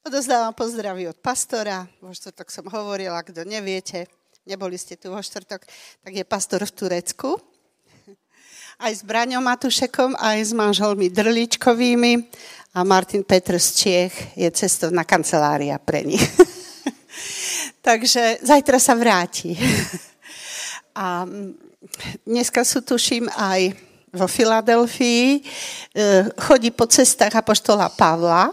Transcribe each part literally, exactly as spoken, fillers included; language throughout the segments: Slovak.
Odozdávam pozdravy od pastora. Vo štvrtok som hovorila, kto neviete, neboli ste tu vo štvrtok, tak je pastor v Turecku. Aj s Braňom Matušekom, aj s manželmi Drličkovými. A Martin Petr z Čiech je cestovná kancelária pre nich. Takže zajtra sa vráti. A dneska sú, tuším, aj vo Filadelfii. Chodí po cestách apoštola Pavla.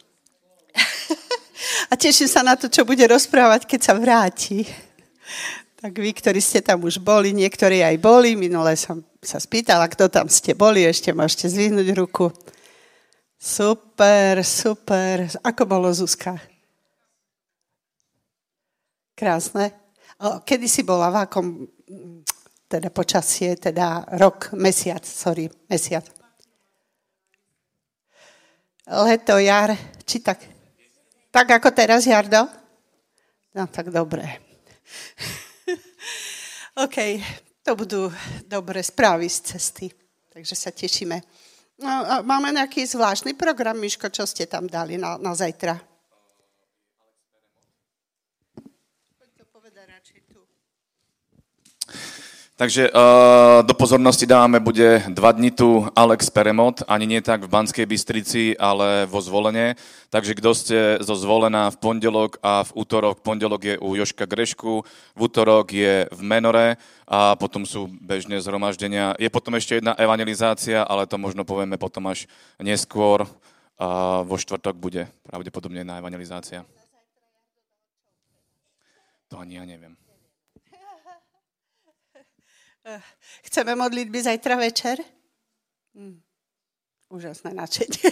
A teším sa na to, čo bude rozprávať, keď sa vráti. Tak vy, ktorí ste tam už boli, niektorí aj boli, minule som sa spýtala, kto tam ste boli, ešte môžete zvihnúť ruku. Super, super. Ako bolo, Zuzka? Krásne. O, kedy si bola, v akom teda počasie, teda rok, mesiac, sorry, mesiac. Leto, jar, či tak? Tak ako teraz, Jardo? No, tak dobre. OK, to budú dobré správy z cesty, takže sa tešíme. No, máme nejaký zvláštny program, Miško, čo ste tam dali na, na zajtra? Poď to povedať radšej tu. Takže uh, do pozornosti dávame, bude dva dni tu Alex Peremot, ani nie tak v Banskej Bystrici, ale vo Zvolene. Takže kto ste zo Zvolena v pondelok a v útorok, pondelok je u Joška Grešku, v útorok je v Menore a potom sú bežné zhromaždenia. Je potom ešte jedna evangelizácia, ale to možno povieme potom až neskôr. A vo štvrtok bude pravdepodobne jedna evangelizácia. To ani ja neviem. Chceme modlitby zajtra večer? Hm. Úžasné nadšenie.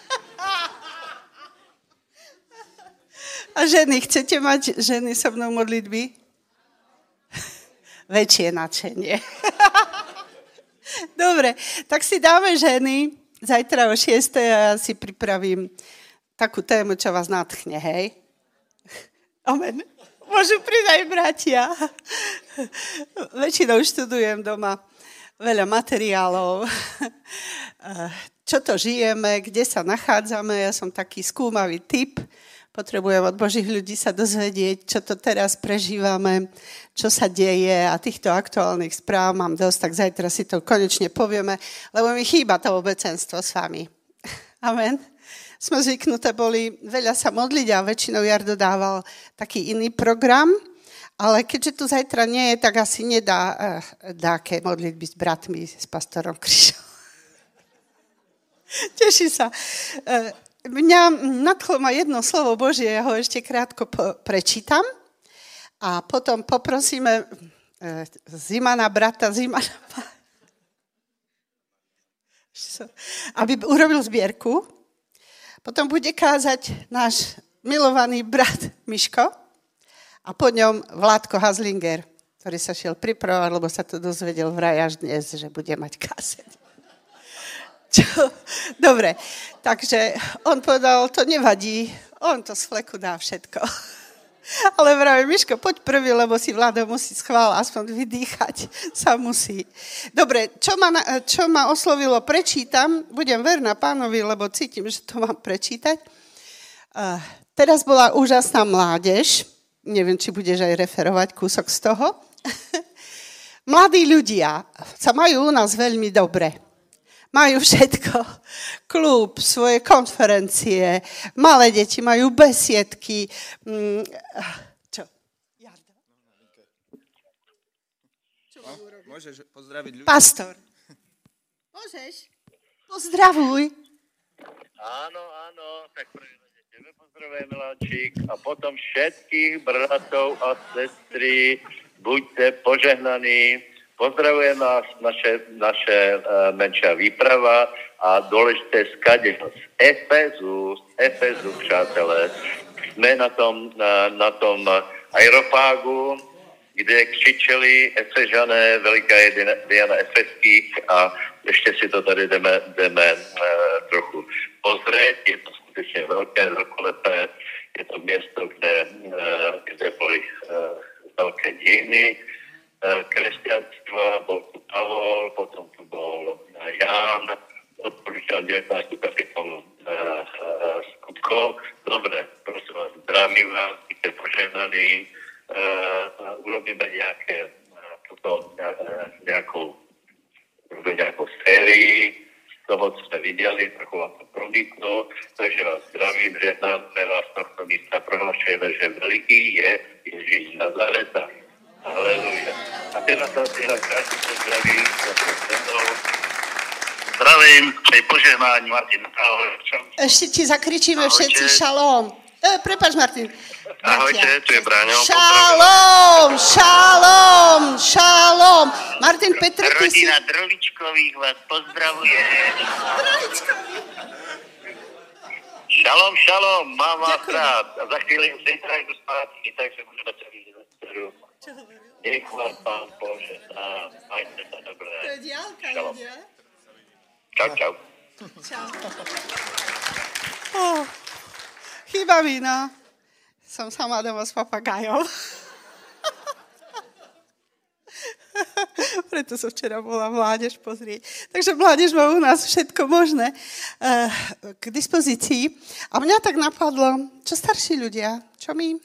A ženy, chcete mať ženy so mnou modlitby? Väčšie nadšenie. Dobre, tak si dáme ženy zajtra o šiestej a ja si pripravím takú tému, čo vás nadchne, hej? Amen. Môžu prísť aj bratia. Väčšinou študujem doma veľa materiálov. Čo to žijeme, kde sa nachádzame. Ja som taký skúmavý typ. Potrebujem od Božích ľudí sa dozvedieť, čo to teraz prežívame, čo sa deje a týchto aktuálnych správ mám dosť, tak zajtra si to konečne povieme, lebo mi chýba to obecenstvo s vami. Amen. Sme zvyknuté boli veľa sa modliť a väčšinou Jardo dával taký iný program, ale keďže tu zajtra nie je, tak asi nedá uh, dáke modlitby s bratmi, s pastorom Kryšom. Teší sa. Uh, mňa nadchlo ma jedno slovo Božie, ja ho ešte krátko po- prečítam a potom poprosíme uh, Zimana, brata Zimana, aby urobil zbierku. Potom bude kázať náš milovaný brat Miško a po ňom Vládko Hazlinger, ktorý sa šiel pripravovať, lebo sa to dozvedel vraj až dnes, že bude mať kázeň. Čo? Dobre, takže on povedal, to nevadí, on to z fleku dá všetko. Ale vraví, Miško, poď prvý, lebo si Vládo musí schvál, aspoň vydýchať sa musí. Dobre, čo ma, čo ma oslovilo, prečítam, budem verná pánovi, lebo cítim, že to mám prečítať. Uh, teraz bola úžasná mládež, neviem, či budeš aj referovať kúsok z toho. Mladí ľudia sa majú u nás veľmi dobre. Majú všetko, klub, svoje konferencie, malé deti majú besiedky. Čo? Jardo? Čo mám urobiť? Môžeš pozdraviť ľudí? Pastor. Môžeš? Pozdravuj. Áno, áno, tak prvý tebe pozdravujem, Miláčik, a potom všetkých bratov a sestry, buďte požehnaní. Pozdravujem nás, naše, naše uh, menšia výprava a dôležité skade z Efezu, z Efezu, přátelé. Sme na tom, na, na tom aeropágu, kde křičeli Efežané, veliká je Diana Efeských a ešte si to tady jdeme, jdeme uh, trochu pozrieť. Je to skutečne veľké, veľkolepé. Je to miesto, kde, uh, kde boli uh, veľké dejiny kresťanstva, bol tu Pavol, potom tu bol Ján, odporúčal devätnástu kapitolu skutkov. Dobre, zdraví vás, buďte požehnaní, uh, urobíme nejaké, toto, nejakú, nejakú sérii, toho, co sme videli, trochu vám to proniklo, takže vás zdravím, žehnáme vás z tohto místa, prohlašujeme, že veľký je Ježíš Nazareta. Halelujá. A teraz sa teraz krásne pozdravím, zdravím, prej požehnání, Martin. Ahoj. Ešte ti zakričíme všetci šalom. E, prepáč, Martin. Ahojte, tu je Braňo. Šalom, šalom, šalom. Martin Petr, ty si... Rodina Droličkových vás pozdravuje. Šalom, šalom, mám vás rád. A za chvíli už zítra jdu zpátky, takže můžeme se vidět na steru. Nech vás Pán Bože. A majte sa dobré. To je diálka, ľudia. Čau, čau. Čau. Oh, chýba mi, no. Som sama doma s papagájom. Preto som včera bola mládež pozrieť. Takže mládež má u nás všetko možné uh, k dispozícii. A mňa tak napadlo, čo starší ľudia, čo my?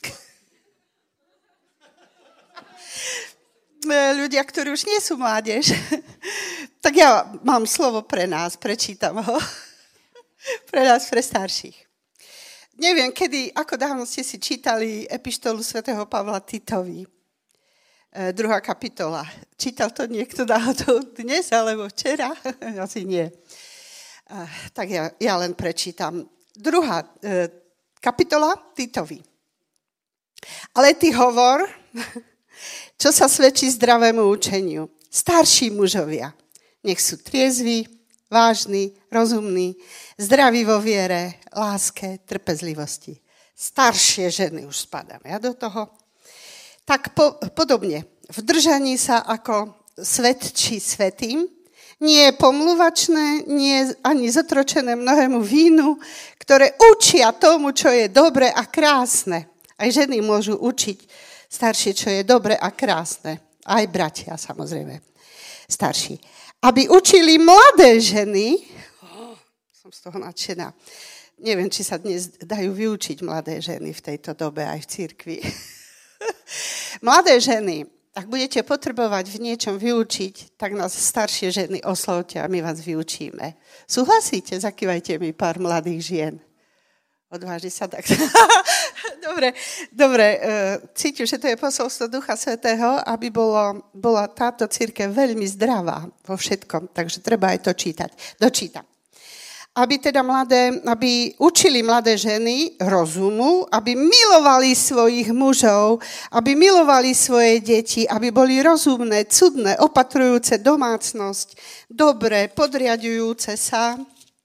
Ľudia, ktorí už nie sú mládež. Tak ja mám slovo pre nás, prečítam ho. Pre nás, pre starších. Neviem, kedy, ako dávno ste si čítali epištolu svätého Pavla Titovi. E, druhá kapitola. Čítal to niekto náhodou dnes, alebo včera? Asi nie. E, tak ja, ja len prečítam. Druhá e, kapitola Titovi. Ale ty hovor, čo sa svedčí zdravému učeniu. Starší mužovia, nech sú triezví, vážni, rozumní, zdraví vo viere, láske, trpezlivosti. Staršie ženy už spadám ja do toho. Tak po, podobne, v držaní sa ako svedčí svätým, nie je pomluvačné, nie je ani zotročené mnohému vínu, ktoré učia tomu, čo je dobre a krásne. Aj ženy môžu učiť staršie, čo je dobre a krásne. Aj bratia, samozrejme, starší. Aby učili mladé ženy, oh, som z toho nadšená, neviem, či sa dnes dajú vyučiť mladé ženy v tejto dobe aj v cirkvi. Mladé ženy, ak budete potrebovať v niečom vyučiť, tak nás staršie ženy oslovte a my vás vyučíme. Súhlasíte? Zakývajte mi pár mladých žien. Odváži sa tak. Dobre, dobre. Cítim, že to je posolstvo Ducha Svätého, aby bolo, bola táto cirkev veľmi zdravá vo všetkom. Takže treba aj to čítať. Dočítam. Aby teda mladé, aby učili mladé ženy rozumu, aby milovali svojich mužov, aby milovali svoje deti, aby boli rozumné, cudné, opatrujúce domácnosť, dobre, podriadujúce sa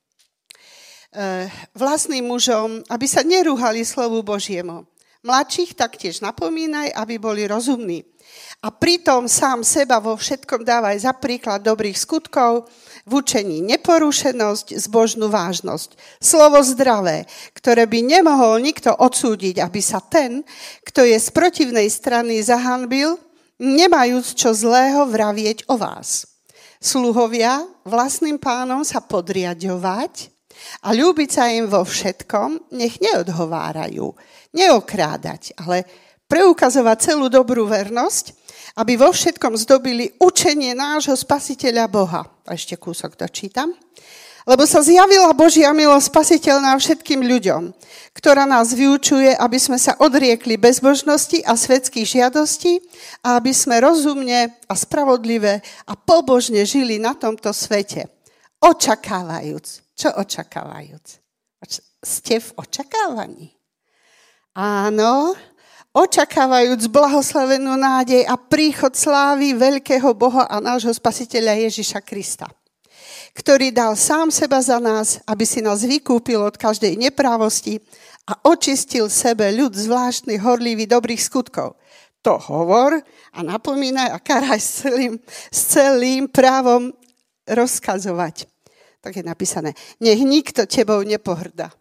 vlastným mužom, aby sa nerúhali slovu Božiemu. Mladších taktiež napomínaj, aby boli rozumní. A pritom sám seba vo všetkom dávaj za príklad dobrých skutkov, v učení neporušenosť, zbožnú vážnosť. Slovo zdravé, ktoré by nemohol nikto odsúdiť, aby sa ten, kto je z protivnej strany zahanbil, nemajúc čo zlého vravieť o vás. Sluhovia vlastným pánom sa podriadovať a ľúbiť sa im vo všetkom, nech neodhovárajú, neokrádať, ale preukazovať celú dobrú vernosť, aby vo všetkom zdobili učenie nášho Spasiteľa Boha. A ešte kúsok dočítam. Lebo sa zjavila Božia milosť spasiteľná všetkým ľuďom, ktorá nás vyučuje, aby sme sa odriekli bezbožnosti a svetských žiadostí a aby sme rozumne a spravodlivé a pobožne žili na tomto svete. Očakávajúc. Čo očakávajúc? Ste v očakávaní? Áno, očakávajúc blahoslavenú nádej a príchod slávy veľkého Boha a nášho Spasiteľa Ježiša Krista, ktorý dal sám seba za nás, aby si nás vykúpil od každej neprávosti a očistil sebe ľud zvláštny, horlivý, dobrých skutkov. To hovor a napomínaj a karaj s celým, s celým právom rozkazovať. Tak je napísané, nech nikto tebou nepohrda.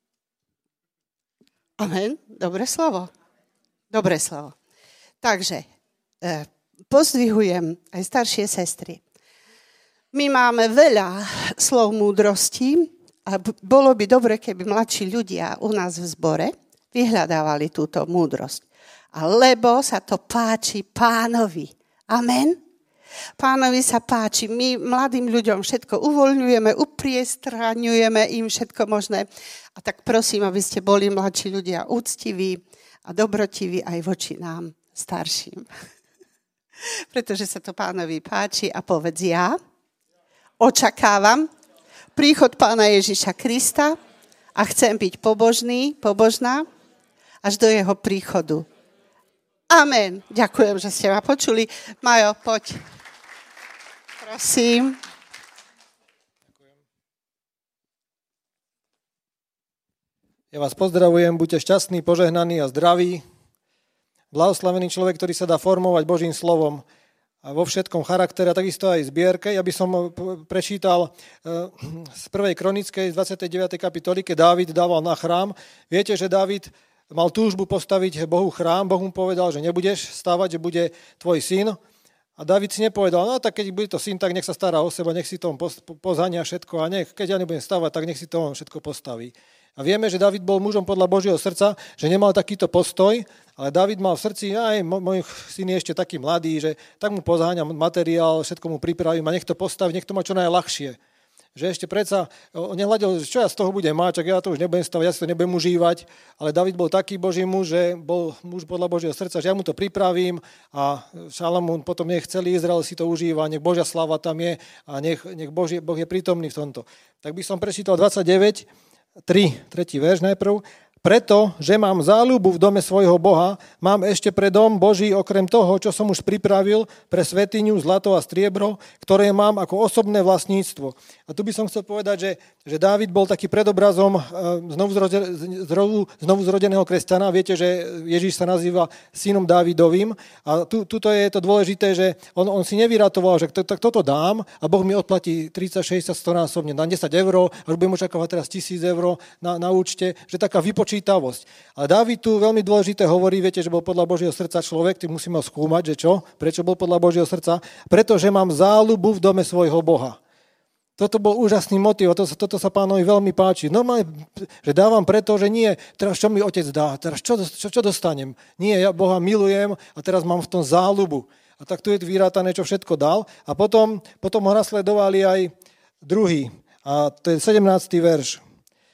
Amen. Dobré slovo. Dobré slovo. Takže eh, pozdvihujem aj staršie sestry. My máme veľa slov múdrosti a bolo by dobre, keby mladší ľudia u nás v zbore, vyhľadávali túto múdrosť. A lebo sa to páči Pánovi. Amen. Pánovi sa páči. My mladým ľuďom všetko uvoľňujeme, upriestraňujeme im všetko možné. A tak prosím, aby ste boli mladší ľudia úctiví a dobrotiví aj voči nám, starším. Pretože sa to Pánovi páči a povedz ja. Očakávam príchod Pána Ježiša Krista a chcem byť pobožný, pobožná až do jeho príchodu. Amen. Ďakujem, že ste ma počuli. Majo, poď. Prosím. Ja vás pozdravujem, buďte šťastní, požehnaní a zdraví. Blahoslavený človek, ktorý sa dá formovať Božím slovom a vo všetkom charaktere, a takisto aj zbierke. Ja by som prečítal z prvej kronickej, z dvadsiatej deviatej kapitoly, keď Dávid dával na chrám. Viete, že Dávid mal túžbu postaviť Bohu chrám. Boh mu povedal, že nebudeš stávať, že bude tvoj syn. A Dávid si nepovedal, no tak keď bude to syn, tak nech sa stará o seba, nech si to on pozania všetko a nech, keď ja nebudem stávať, tak nech si to on všetko postaví. A vieme, že Dávid bol mužom podľa Božieho srdca, že nemal takýto postoj, ale Dávid mal v srdci, aj môj syn je ešte taký mladý, že tak mu pozháňam materiál, všetko mu pripravím a nech to postaví, nech to má čo najľahšie. Že ešte predsa, on nehľadil, čo ja z toho budem mať, čak ja to už nebudem stavať, ja si to nebudem užívať, ale Dávid bol taký Boží muž, že bol muž podľa Božieho srdca, že ja mu to pripravím a Šalamún potom nech celý Izrael si to užíva, nech Božia sláva tam je a nech, nech Božie, Boh je prítomný v tomto. Tak by som prečítal dvadsaťdeväť, tri, tretí verš najprv. Preto, že mám záľubu v dome svojho Boha, mám ešte pre dom Boží okrem toho, čo som už pripravil pre svätyňu zlato a striebro, ktoré mám ako osobné vlastníctvo. A tu by som chcel povedať, že, že Dávid bol taký predobrazom znovu zrodeného kresťana. Viete, že Ježiš sa nazýva synom Dávidovým. A tu, tuto je to dôležité, že on, on si nevyratoval, že to, tak toto dám a Boh mi odplatí tridsať, šesťdesiat, sto násobne. Dám desať eur, až budem očakávať teraz tisíc eur na, na účte, že taká vypočítavosť. Ale Dávid tu veľmi dôležité hovorí, viete, že bol podľa Božieho srdca človek, ty musíme ho skúmať, že čo? Prečo bol podľa Božieho srdca? Pretože mám záľubu v dome svojho Boha. Toto bol úžasný motiv a to, toto sa Pánovi veľmi páči. Normálne, že dávam preto, že nie, teraz čo mi otec dá, teraz čo, čo, čo dostanem? Nie, ja Boha milujem a teraz mám v tom záľubu. A tak tu je vyrátané, čo všetko dal. A potom, potom ho nasledovali aj druhý. A to je sedemnásty verš.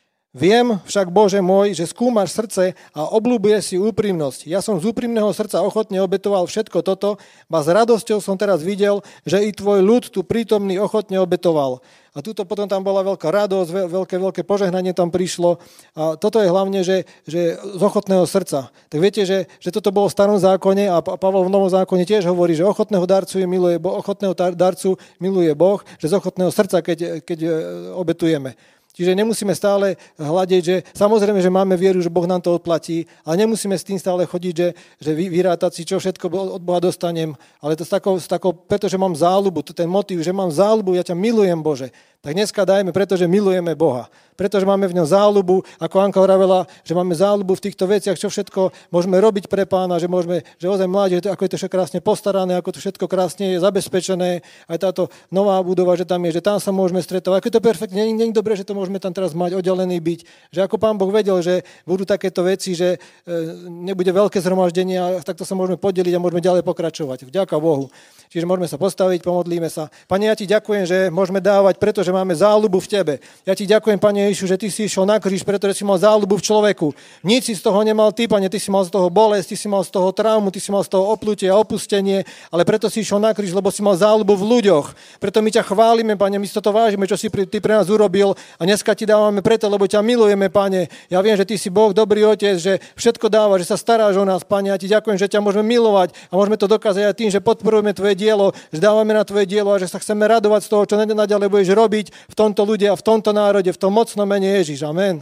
Viem však, Bože môj, že skúmaš srdce a obľúbuješ si úprimnosť. Ja som z úprimného srdca ochotne obetoval všetko toto, ba s radosťou som teraz videl, že i tvoj ľud tu prítomný ochotne obetoval. A tuto potom tam bola veľká radosť, veľké, veľké požehnanie tam prišlo. A toto je hlavne, že, že z ochotného srdca. Tak viete, že, že toto bolo v starom zákone a Pavol v novom zákone tiež hovorí, že ochotného darcu miluje Boh, ochotného darcu miluje Boh, že z ochotného srdca, keď, keď obetujeme. Čiže nemusíme stále hľadiť, že samozrejme, že máme vieru, že Boh nám to odplatí, ale nemusíme s tým stále chodiť, že, že vyrátať si, čo všetko od Boha dostanem, ale to s takou, s takou, pretože mám záľubu, to ten motív, že mám záľubu, ja ťa milujem, Bože. Tak dneska dajme, pretože milujeme Boha. Pretože máme v ňom záľubu, ako Anka hovorila, že máme záľubu v týchto veciach, čo všetko môžeme robiť pre Pána, že môžeme, že ozaj mládež, ako je to všetko krásne postarané, ako to všetko krásne je zabezpečené, aj táto nová budova, že tam je, že tam sa môžeme stretovať. Ako je to perfektne, nie je dobré, že to môžeme tam teraz mať oddelený byť. Že ako Pán Boh vedel, že budú takéto veci, že nebude veľké zhromaždenie a takto sa môžeme podeliť a môžeme ďalej pokračovať. Vďaka Bohu. Čiže môžeme sa postaviť, pomodlíme sa. Pane, ja ti ďakujem, že môžeme dávať, pretože máme záľubu v tebe. Ja ti ďakujem, Pane Ježišu, že ty si išiel na kríž, pretože si mal záľubu v človeku. Nič si z toho nemal ty, Pane, ty si mal z toho bolesť, ty si mal z toho traumu, ty si mal z toho oplutie a opustenie, ale preto si išiel na kríž, lebo si mal záľubu v ľuďoch. Preto my ťa chválime, Pane, my si toto vážime, čo si ty pre nás urobil a dneska ti dávame preto, lebo ťa milujeme, Pane. Ja viem, že ty si Boh, dobrý Otec, že všetko dáva, že sa staráš o nás, Pane. Ja ti ďakujem, že ťa môžeme milovať a môžeme to dokázať aj tým, že podporujeme tvoje dielo, že dávame na tvoje dielo a že sa chceme radovať z toho, čo naďalej budeš robiť v tomto ľudia, v tomto národe, v tom mocnom mene Ježiš. Amen.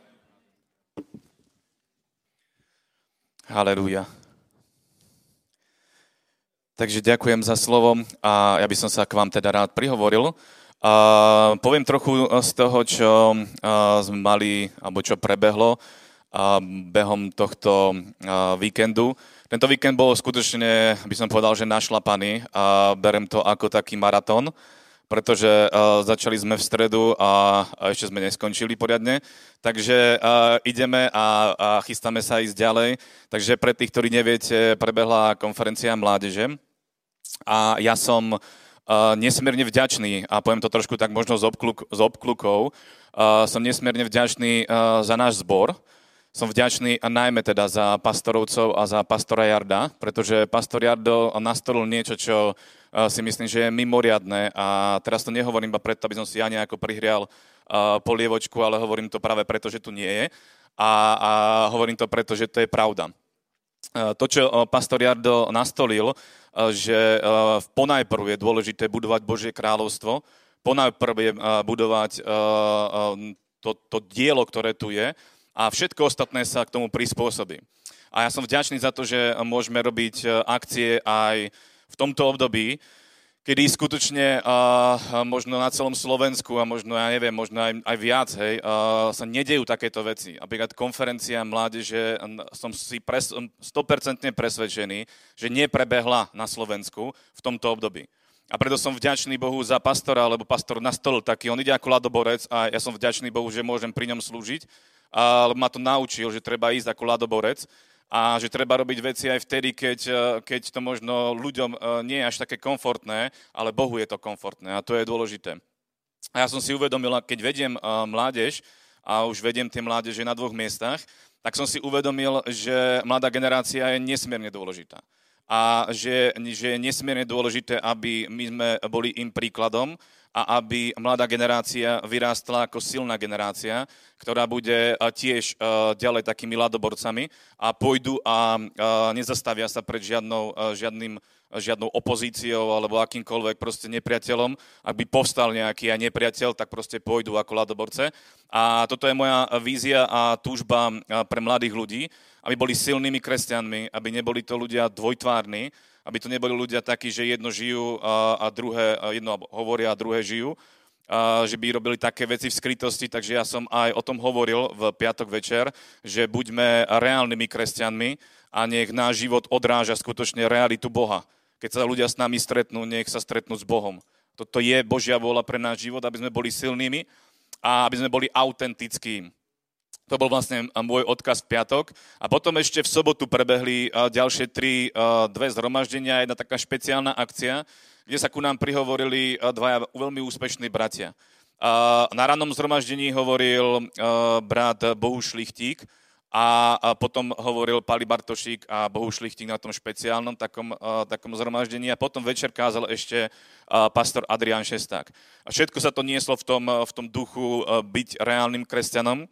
Halelúja. Takže ďakujem za slovo a ja by som sa k vám teda rád prihovoril. A poviem trochu z toho, čo sme mali, alebo čo prebehlo behom tohto víkendu. Tento víkend bol skutočne, by som povedal, že našlapaný a berem to ako taký maratón, pretože uh, začali sme v stredu a, a ešte sme neskončili poriadne. Takže uh, ideme a, a chystáme sa ísť ďalej. Takže pre tých, ktorí neviete, prebehla konferencia mládeže a ja som uh, nesmierne vďačný, a poviem to trošku tak možno s, obkluk, s obklukou, uh, som nesmierne vďačný uh, za náš zbor. Som vďačný a najmä teda za pastorovcov a za pastora Jarda, pretože pastor Jardo nastolil niečo, čo uh, si myslím, že je mimoriadne, a teraz to nehovorím iba preto, aby som si ja nejako prihrial uh, polievočku, ale hovorím to práve preto, že tu nie je, a, a hovorím to preto, že to je pravda. Uh, to, čo uh, pastor Jardo nastolil, uh, že uh, ponajprv je dôležité budovať Božie kráľovstvo, ponajprv je uh, budovať uh, uh, to, to dielo, ktoré tu je, a všetko ostatné sa k tomu prispôsobí. A ja som vďačný za to, že môžeme robiť akcie aj v tomto období, kedy skutočne uh, možno na celom Slovensku a možno, ja neviem, možno aj, aj viac, hej, uh, sa nedejú takéto veci. Napríklad konferencia mládeže, som si pres, sto percent presvedčený, že neprebehla na Slovensku v tomto období. A preto som vďačný Bohu za pastora, lebo pastor nastolil taký, on ide ako ľadoborec a ja som vďačný Bohu, že môžem pri ňom slúžiť. Ale ma to naučil, že treba ísť ako ľadoborec a že treba robiť veci aj vtedy, keď, keď to možno ľuďom nie je až také komfortné, ale Bohu je to komfortné a to je dôležité. A ja som si uvedomil, keď vediem mládež a už vediem tie mládeže na dvoch miestach, tak som si uvedomil, že mladá generácia je nesmierne dôležitá. A že, že je nesmierne dôležité, aby my sme boli im príkladom, a aby mladá generácia vyrástla ako silná generácia, ktorá bude tiež ďalej takými ľadoborcami a pôjdu a nezastavia sa pred žiadnou, žiadnym, žiadnou opozíciou alebo akýmkoľvek proste nepriateľom. Ak by povstal nejaký aj nepriateľ, tak proste pôjdu ako ľadoborce. A toto je moja vízia a túžba pre mladých ľudí, aby boli silnými kresťanmi, aby neboli to ľudia dvojtvárni, aby to neboli ľudia takí, že jedno žijú a, a druhé, jedno hovoria a druhé žijú, a že by robili také veci v skrytosti, takže ja som aj o tom hovoril v piatok večer, že buďme reálnymi kresťanmi a nech náš život odráža skutočne realitu Boha. Keď sa ľudia s nami stretnú, nech sa stretnú s Bohom. Toto je Božia vôľa pre náš život, aby sme boli silnými a aby sme boli autentickí. To bol vlastne môj odkaz v piatok. A potom ešte v sobotu prebehli ďalšie tri, dve zhromaždenia, jedna taká špeciálna akcia, kde sa ku nám prihovorili dvaja veľmi úspešní bratia. Na rannom zhromaždení hovoril brat Bohuš Šlichtík a potom hovoril Pali Bartošík a Bohuš Šlichtík na tom špeciálnom takom, takom zhromaždení a potom večer kázal ešte pastor Adrián Šesták. A všetko sa to nieslo v tom, v tom duchu byť reálnym kresťanom.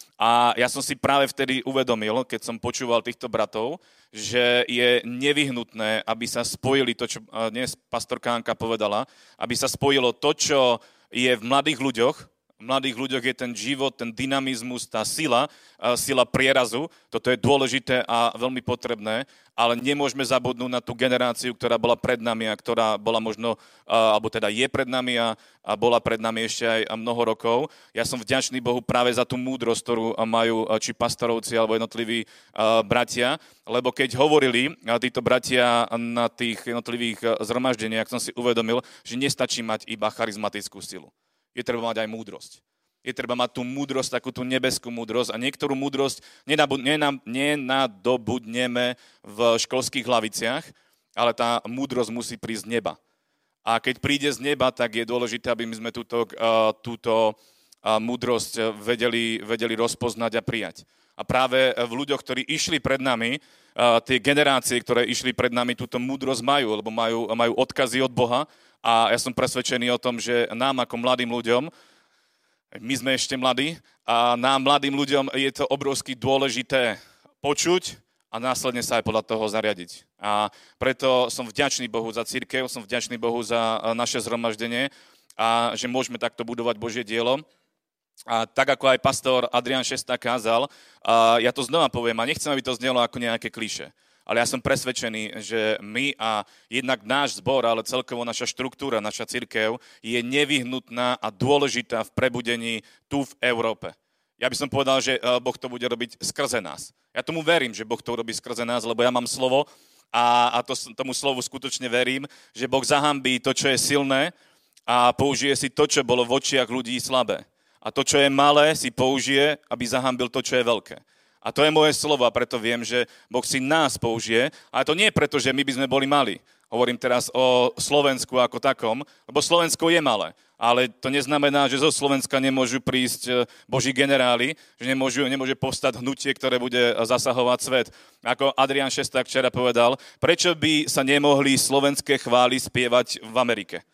A ja som si práve vtedy uvedomil, keď som počúval týchto bratov, že je nevyhnutné, aby sa spojili to, čo dnes pastor Kánka povedala, aby sa spojilo to, čo je v mladých ľuďoch. V mladých ľuďoch je ten život, ten dynamizmus, tá sila, sila prierazu. Toto je dôležité a veľmi potrebné, ale nemôžeme zabudnúť na tú generáciu, ktorá bola pred nami a ktorá bola možno, alebo teda je pred nami a, a bola pred nami ešte aj mnoho rokov. Ja som vďačný Bohu práve za tú múdrosť, ktorú majú či pastorovci alebo jednotliví bratia, lebo keď hovorili títo bratia na tých jednotlivých zhromaždeniach, som si uvedomil, že nestačí mať iba charizmatickú silu. Je treba mať aj múdrosť. Je treba mať tú múdrosť, takú tú nebeskú múdrosť a niektorú múdrosť nenadobudneme v školských hlaviciach, ale tá múdrosť musí prísť z neba. A keď príde z neba, tak je dôležité, aby my sme túto, túto múdrosť vedeli, vedeli rozpoznať a prijať. A práve v ľuďoch, ktorí išli pred nami, tie generácie, ktoré išli pred nami, túto múdrosť majú, lebo majú, majú odkazy od Boha. A ja som presvedčený o tom, že nám ako mladým ľuďom, my sme ešte mladí, a nám mladým ľuďom je to obrovsky dôležité počuť a následne sa aj podľa toho zariadiť. A preto som vďačný Bohu za cirkev, som vďačný Bohu za naše zhromaždenie a že môžeme takto budovať Božie dielo. A tak ako aj pastor Adrián Šesták kázal, ja to znova poviem a nechcem, aby to znelo ako nejaké klišé. Ale ja som presvedčený, že my a jednak náš zbor, ale celkovo naša štruktúra, naša cirkev je nevyhnutná a dôležitá v prebudení tu v Európe. Ja by som povedal, že Boh to bude robiť skrze nás. Ja tomu verím, že Boh to robí skrze nás, lebo ja mám slovo a, a to, tomu slovu skutočne verím, že Boh zahambí to, čo je silné a použije si to, čo bolo v očiach ľudí slabé. A to, čo je malé, si použije, aby zahambil to, čo je veľké. A to je moje slovo a preto viem, že Boh si nás použije. Ale to nie je preto, že my by sme boli mali. Hovorím teraz o Slovensku ako takom, lebo Slovensko je malé. Ale to neznamená, že zo Slovenska nemôžu prísť Boží generáli, že nemôžu, nemôže povstať hnutie, ktoré bude zasahovať svet. Ako Adrián Šesták včera povedal, prečo by sa nemohli slovenské chvály spievať v Amerike?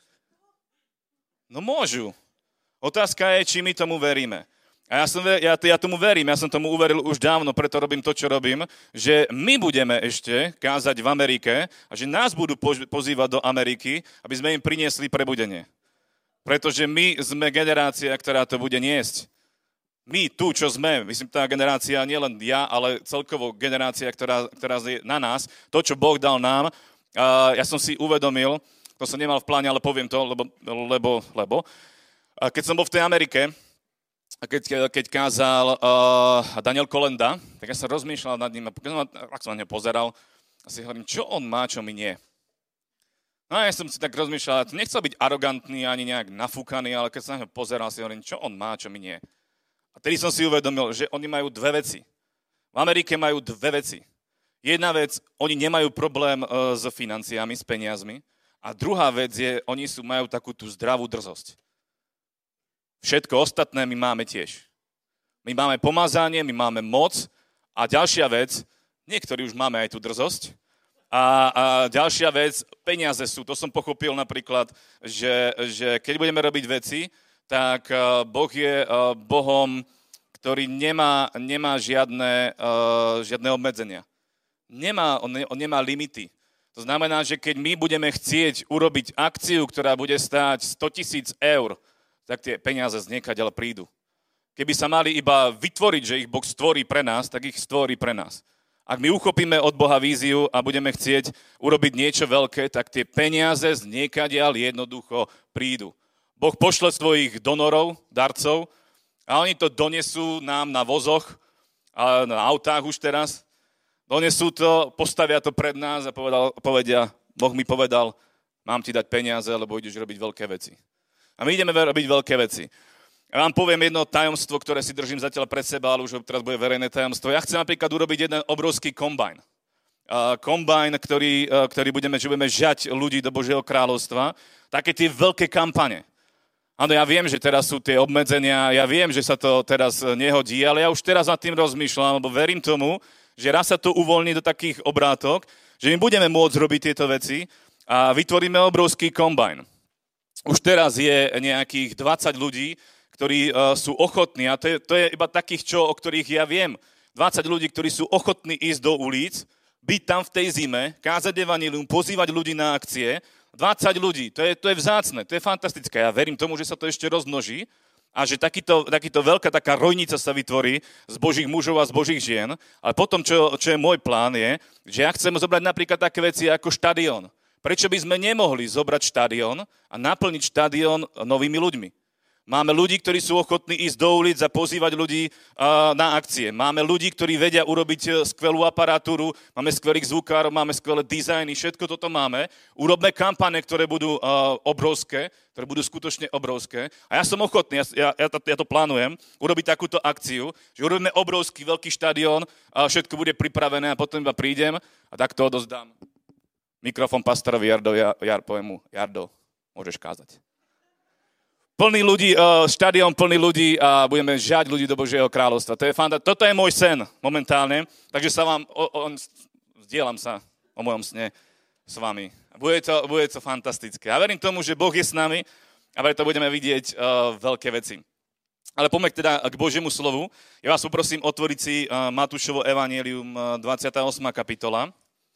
No môžu. Otázka je, či my tomu veríme. A ja, som, ja, ja tomu verím, ja som tomu uveril už dávno, preto robím to, čo robím, že my budeme ešte kázať v Amerike a že nás budú pozývať do Ameriky, aby sme im priniesli prebudenie. Pretože my sme generácia, ktorá to bude niesť. My tu, čo sme, myslím, tá generácia, nielen ja, ale celkovo generácia, ktorá, ktorá je na nás, to, čo Boh dal nám, uh, ja som si uvedomil, to som nemal v pláne, ale poviem to, lebo, lebo, lebo uh, keď som bol v tej Amerike, keď, keď kázal uh, Daniel Kolenda, tak ja som rozmýšľal nad ním, a ak som na neho pozeral, a si hovorím, čo on má, čo mi nie. No a ja som si tak rozmýšľal, nechcel byť arogantný ani nejak nafúkaný, ale keď som na neho pozeral, si hovorím, čo on má, čo mi nie. A tedy som si uvedomil, že oni majú dve veci. V Amerike majú dve veci. Jedna vec, oni nemajú problém uh, s financiami, s peniazmi. A druhá vec je, oni sú, majú takú tú zdravú drzosť. Všetko ostatné my máme tiež. My máme pomazanie, my máme moc a ďalšia vec, niektorí už máme aj tú drzosť, a, a ďalšia vec, peniaze sú. To som pochopil napríklad, že, že keď budeme robiť veci, tak uh, Boh je uh, Bohom, ktorý nemá, nemá žiadne, uh, žiadne obmedzenia. Nemá, on, on nemá limity. To znamená, že keď my budeme chcieť urobiť akciu, ktorá bude stáť sto tisíc eur, tak tie peniaze z niekaďaľ prídu. Keby sa mali iba vytvoriť, že ich Boh stvorí pre nás, tak ich stvorí pre nás. Ak my uchopíme od Boha víziu a budeme chcieť urobiť niečo veľké, tak tie peniaze z niekaďaľ jednoducho prídu. Boh pošle svojich donorov, darcov a oni to donesú nám na vozoch, a na autách už teraz. Donesú to, postavia to pred nás a povedal, povedia, Boh mi povedal, mám ti dať peniaze, lebo ideš robiť veľké veci. A my ideme robiť veľké veci. Ja vám poviem jedno tajomstvo, ktoré si držím zatiaľ pred seba, ale už teraz bude verejné tajomstvo. Ja chcem napríklad urobiť jeden obrovský kombajn. Uh, kombajn, ktorý, uh, ktorý budeme, že budeme žať ľudí do Božieho kráľovstva. Také tie veľké kampane. Áno, ja viem, že teraz sú tie obmedzenia, ja viem, že sa to teraz nehodí, ale ja už teraz nad tým rozmýšľam, lebo verím tomu, že raz sa to uvoľní do takých obrátok, že my budeme môcť robiť tieto veci a vytvoríme obrovský kombajn. Už teraz je nejakých dvadsať ľudí, ktorí uh, sú ochotní, a to je, to je iba takých, čo, o ktorých ja viem, dvadsať ľudí, ktorí sú ochotní ísť do ulic, byť tam v tej zime, kázať evanjelium, pozývať ľudí na akcie, dvadsať ľudí, to je, to je vzácne, to je fantastické. Ja verím tomu, že sa to ešte rozmnoží a že takýto, takýto veľká taká rojnica sa vytvorí z Božích mužov a z Božích žien. Ale potom, čo, čo je môj plán, je, že ja chcem zobrať napríklad také veci ako štadión. Prečo by sme nemohli zobrať štadión a naplniť štadión novými ľuďmi? Máme ľudí, ktorí sú ochotní ísť do ulic a pozývať ľudí uh, na akcie. Máme ľudí, ktorí vedia urobiť skvelú aparatúru, máme skvelých zvukárov, máme skvelé dizajny, všetko toto máme. Urobme kampane, ktoré budú uh, obrovské, ktoré budú skutočne obrovské. A ja som ochotný, ja, ja, to, ja to plánujem, urobiť takúto akciu, že urobíme obrovský, veľký štadión, a všetko bude pripravené a potom iba prídem a takto odozdám mikrofón pastorovi Jardovi, ja, ja poviem mu, Jardo, môžeš kázať. Plný ľudí, štadión plný ľudí a budeme žať ľudí do Božieho kráľovstva. To je fanta- Toto je môj sen momentálne, takže sa vám, o, o, zdieľam sa o mojom sne s vami. Bude to, bude to fantastické. A verím tomu, že Boh je s nami a preto budeme vidieť uh, veľké veci. Ale poďme teda k Božiemu slovu. Ja vás poprosím otvoriť si uh, Matúšovo evanjelium, uh, dvadsiata ôsma kapitola.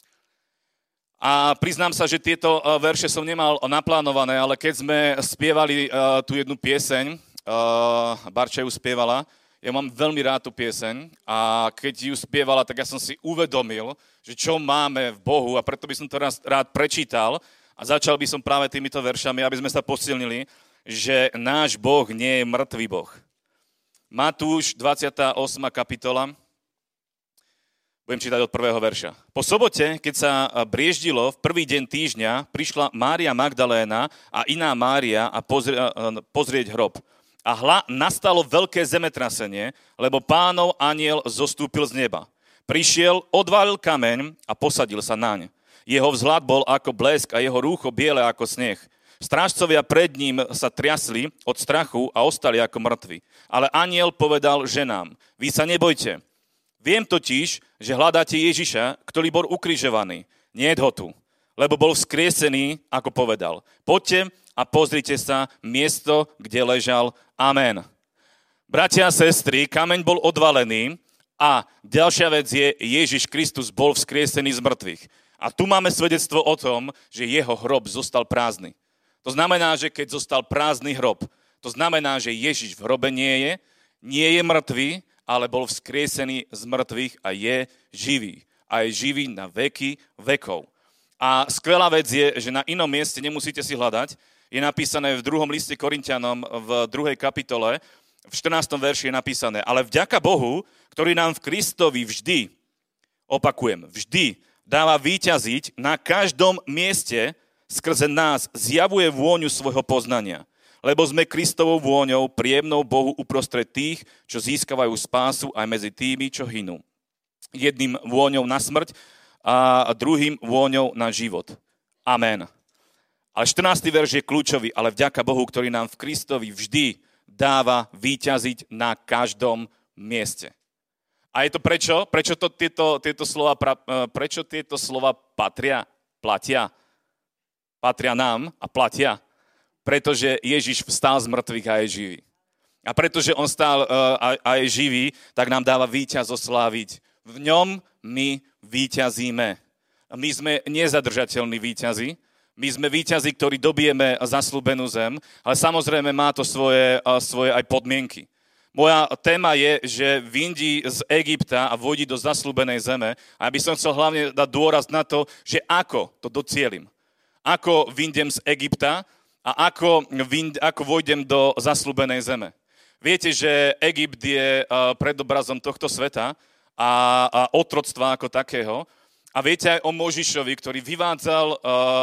A priznám sa, že tieto verše som nemal naplánované, ale keď sme spievali uh, tú jednu pieseň, uh, Barča ju spievala, ja mám veľmi rád tú pieseň a keď ju spievala, tak ja som si uvedomil, že čo máme v Bohu a preto by som to raz rád prečítal a začal by som práve týmito veršami, aby sme sa posilnili, že náš Boh nie je mŕtvý Boh. Matúš, dvadsiata ôsma kapitola, Budem čítať od prvého verša. Po sobote, keď sa brieždilo v prvý deň týždňa, prišla Mária Magdaléna a iná Mária a pozrie, pozrieť hrob. A hľa, nastalo veľké zemetrasenie, lebo Pánov anjel zostúpil z neba. Prišiel, odvalil kameň a posadil sa naň. Jeho vzhľad bol ako blesk a jeho rúcho biele ako sneh. Strážcovia pred ním sa triasli od strachu a ostali ako mŕtvi. Ale anjel povedal ženám, vy sa nebojte. Viem totiž, že hľadáte Ježiša, ktorý bol ukrižovaný. Nie je ho tu, lebo bol vzkriesený, ako povedal. Poďte a pozrite sa miesto, kde ležal. Amen. Bratia a sestry, kameň bol odvalený a ďalšia vec je, Ježiš Kristus bol vzkriesený z mŕtvych. A tu máme svedectvo o tom, že jeho hrob zostal prázdny. To znamená, že keď zostal prázdny hrob, to znamená, že Ježiš v hrobe nie je, nie je mŕtvý, ale bol vzkriesený z mŕtvych a je živý. A je živý na veky vekov. A skvelá vec je, že na inom mieste, nemusíte si hľadať, je napísané v druhom liste Korinťanom v druhej kapitole, v štrnástom verši je napísané, ale vďaka Bohu, ktorý nám v Kristovi vždy, opakujem, vždy dáva víťaziť na každom mieste, skrze nás zjavuje vôňu svojho poznania. Lebo sme Kristovou vôňou, príjemnou Bohu uprostred tých, čo získavajú spásu aj medzi tými, čo hynú. Jedným vôňou na smrť a druhým vôňou na život. Amen. Ale štrnásty verš je kľúčový, ale vďaka Bohu, ktorý nám v Kristovi vždy dáva víťaziť na každom mieste. A je to prečo? Prečo, to tieto, tieto slova, prečo tieto slova patria, platia? Patria nám a platia. Pretože Ježiš vstal z mŕtvych a je živý. A pretože on stál uh, a, a je živý, tak nám dáva víťaz osláviť. V ňom my víťazíme. My sme nezadržateľní víťazi. My sme víťazi, ktorí dobijeme zasľúbenú zem, ale samozrejme má to svoje, uh, svoje aj podmienky. Moja téma je, že vyndí z Egypta a vojdi do zasľúbenej zeme. A ja by som chcel hlavne dať dôraz na to, že ako to docielim. Ako vyndem z Egypta, a ako, ako vojdem do zasľúbenej zeme. Viete, že Egypt je predobrazom tohto sveta a, a otroctva ako takého. A viete aj o Možišovi, ktorý vyvádzal uh,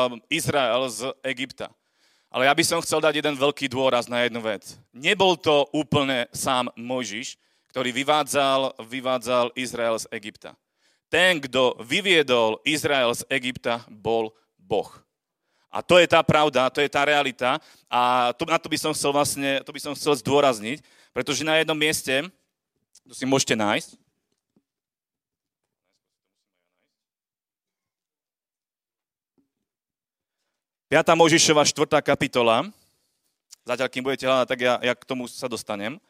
Izrael z Egypta. Ale ja by som chcel dať jeden veľký dôraz na jednu vec. Nebol to úplne sám Mojžiš, ktorý vyvádzal, vyvádzal Izrael z Egypta. Ten, kto vyviedol Izrael z Egypta, bol Boh. A to je tá pravda, to je tá realita a to, na to by som chcel vlastne, to by som chcel zdôrazniť, pretože na jednom mieste, to si môžete nájsť, piata Mojžišova štvrtá kapitola, zatiaľ kým budete hľadať, tak ja, ja k tomu sa dostanem,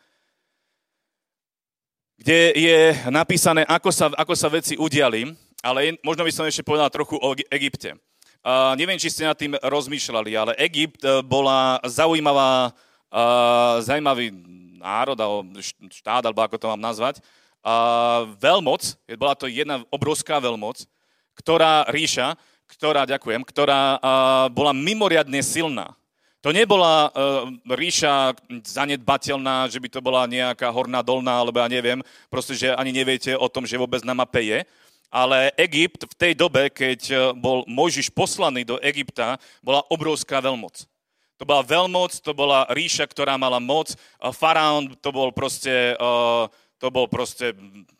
kde je napísané, ako sa, ako sa veci udiali, ale možno by som ešte povedal trochu o Egypte. Uh, neviem, či ste nad tým rozmýšľali, ale Egypt uh, bola zaujímavá, uh, zaujímavý národ, alebo štát, alebo ako to mám nazvať. Uh, veľmoc, bola to jedna obrovská veľmoc, ktorá ríša, ktorá, ďakujem, ktorá uh, bola mimoriadne silná. To nebola uh, ríša zanedbateľná, že by to bola nejaká horná dolná, alebo ja neviem, proste, že ani neviete o tom, že vôbec na mape je. Ale Egypt v tej dobe, keď bol Mojžiš poslaný do Egypta, bola obrovská veľmoc. To bola veľmoc, to bola ríša, ktorá mala moc. Faraón, to bol proste, to bol proste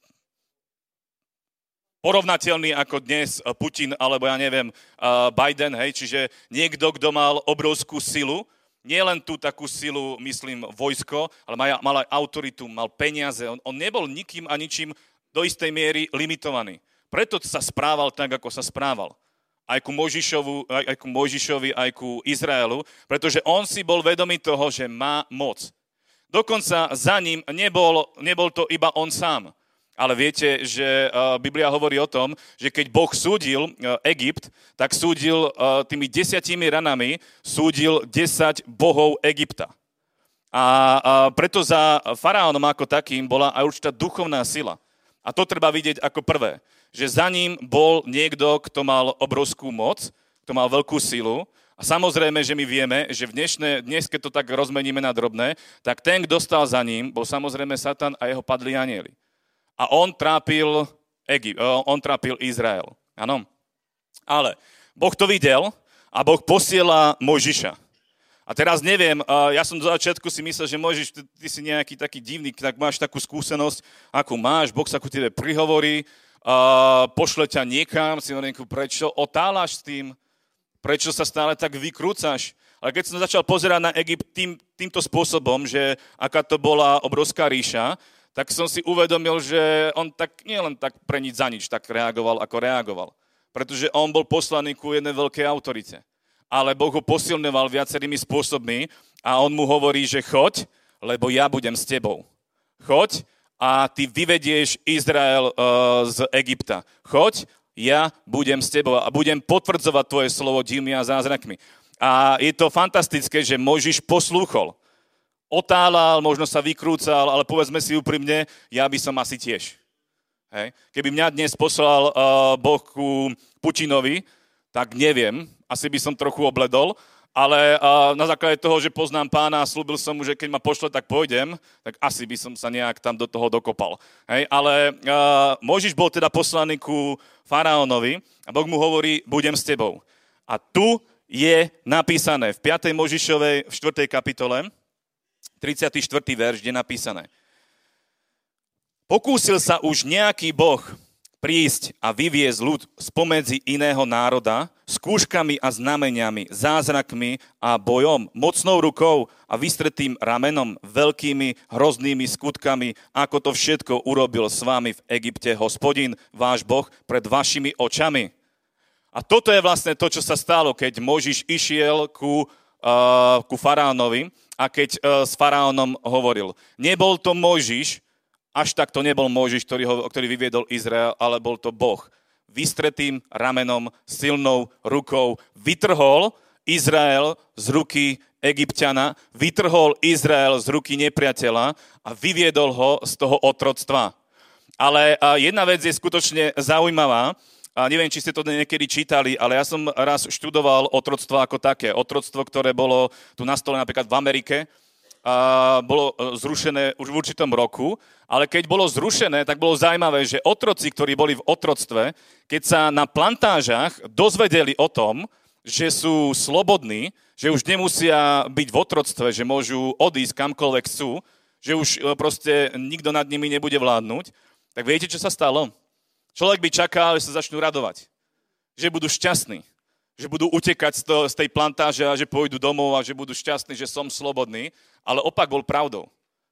porovnateľný ako dnes Putin, alebo ja neviem, Biden, hej, čiže niekto, kto mal obrovskú silu, nie len tú takú silu, myslím, vojsko, ale mal aj autoritu, mal peniaze. On, on nebol nikým a ničím do istej miery limitovaný. Preto sa správal tak, ako sa správal. Aj ku Mojžišovu, aj, aj ku Mojžišovi, aj ku Izraelu, pretože on si bol vedomý toho, že má moc. Dokonca za ním nebol, nebol to iba on sám. Ale viete, že uh, Biblia hovorí o tom, že keď Boh súdil uh, Egypt, tak súdil uh, tými desiatimi ranami, súdil desať bohov Egypta. A uh, preto za faraónom ako takým bola aj určitá duchovná sila. A to treba vidieť ako prvé. Že za ním bol niekto, kto mal obrovskú moc, kto mal veľkú silu. A samozrejme, že my vieme, že v dnešné, dnes, keď to tak rozmeníme na drobné, tak ten, kto stal za ním, bol samozrejme Satan a jeho padlí anjeli. A on trápil Egypt, on trápil Izrael. Áno. Ale Boh to videl a Boh posiela Mojžiša. A teraz neviem, ja som do začiatku si myslel, že Mojžiš, ty, ty si nejaký taký divný, tak máš takú skúsenosť, akú máš, Boh sa ku tebe prihovorí, uh, pošle ťa niekam, si hovorím, prečo otáľaš s tým, prečo sa stále tak vykrúcaš. Ale keď som začal pozerať na Egypt tým, týmto spôsobom, že aká to bola obrovská ríša, tak som si uvedomil, že on tak nie len tak pre nič za nič tak reagoval, ako reagoval. Pretože on bol poslaný ku jednej veľkej autorite. Ale Boh ho posilňoval viacerými spôsobmi a on mu hovorí, že choď, lebo ja budem s tebou. Choď a ty vyvedieš Izrael uh, z Egypta. Choď, ja budem s tebou a budem potvrdzovať tvoje slovo divmi a zázrakmi. A je to fantastické, že Mojžiš poslúchol. Otáľal, možno sa vykrúcal, ale povedzme si úprimne, ja by som asi tiež. Hej. Keby mňa dnes poslal uh, Boh ku Putinovi, tak neviem, asi by som trochu obledol, ale uh, na základe toho, že poznám pána a slúbil som mu, že keď ma pošle, tak pôjdem, tak asi by som sa nejak tam do toho dokopal. Hej, ale uh, Mojžiš bol teda poslaný ku faraónovi a Boh mu hovorí, budem s tebou. A tu je napísané v piatej Mojžišovej v štvrtej kapitole, tridsiaty štvrtý verš, je napísané. Pokúsil sa už nejaký Boh prísť a vyviesť ľud spomedzi iného národa, skúškami a znameniami, zázrakmi a bojom, mocnou rukou a vystretým ramenom, veľkými hroznými skutkami, ako to všetko urobil s vami v Egypte Hospodin, váš Boh, pred vašimi očami. A toto je vlastne to, čo sa stalo, keď Mojžiš išiel ku, uh, ku faraónovi a keď uh, s faraónom hovoril. Nebol to Mojžiš, až tak to nebol Mojžiš, ktorý, ho, ktorý vyviedol Izrael, ale bol to Boh. Vystretým ramenom, silnou rukou vytrhol Izrael z ruky Egypťana, vytrhol Izrael z ruky nepriateľa a vyviedol ho z toho otroctva. Ale jedna vec je skutočne zaujímavá, a neviem, či ste to niekedy čítali, ale ja som raz študoval otroctvo ako také. Otroctvo, ktoré bolo tu na stole napríklad v Amerike, a bolo zrušené už v určitom roku, ale keď bolo zrušené, tak bolo zaujímavé, že otroci, ktorí boli v otroctve, keď sa na plantážach dozvedeli o tom, že sú slobodní, že už nemusia byť v otroctve, že môžu odísť kamkoľvek chcú, že už proste nikto nad nimi nebude vládnuť, tak viete, čo sa stalo? Človek by čakal, že sa začnú radovať, že budú šťastní, že budú utekať z, to, z tej plantáže a že pôjdu domov a že budú šťastní, že som slobodný, ale opak bol pravdou.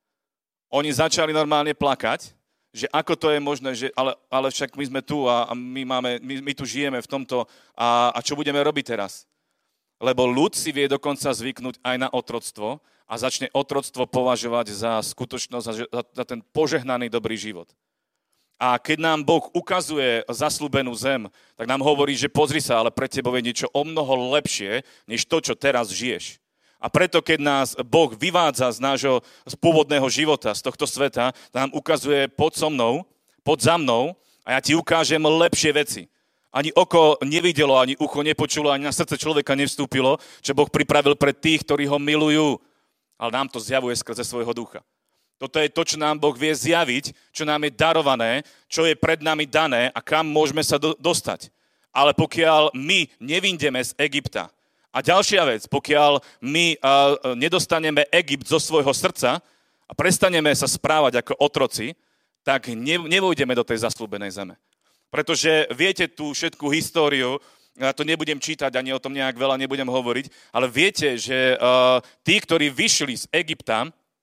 Oni začali normálne plakať, že ako to je možné, že, ale, ale však my sme tu a, a my, máme, my, my tu žijeme v tomto a, a čo budeme robiť teraz? Lebo ľud si vie dokonca zvyknúť aj na otroctvo a začne otroctvo považovať za skutočnosť, za, za ten požehnaný dobrý život. A keď nám Boh ukazuje zasľúbenú zem, tak nám hovorí, že pozri sa, ale pre tebou je niečo o mnoho lepšie, než to, čo teraz žiješ. A preto, keď nás Boh vyvádza z nášho z pôvodného života, z tohto sveta, nám ukazuje pod so mnou, pod za mnou a ja ti ukážem lepšie veci. Ani oko nevidelo, ani ucho nepočulo, ani na srdce človeka nevstúpilo, čo Boh pripravil pre tých, ktorí ho milujú. Ale nám to zjavuje skrze svojho ducha. Toto je to, čo nám Boh vie zjaviť, čo nám je darované, čo je pred nami dané a kam môžeme sa do- dostať. Ale pokiaľ my nevindeme z Egypta, a ďalšia vec, pokiaľ my uh, nedostaneme Egypt zo svojho srdca a prestaneme sa správať ako otroci, tak ne- nevojdeme do tej zasľúbenej zeme. Pretože viete tú všetkú históriu, ja to nebudem čítať, ani o tom nejak veľa nebudem hovoriť, ale viete, že uh, tí, ktorí vyšli z Egypta,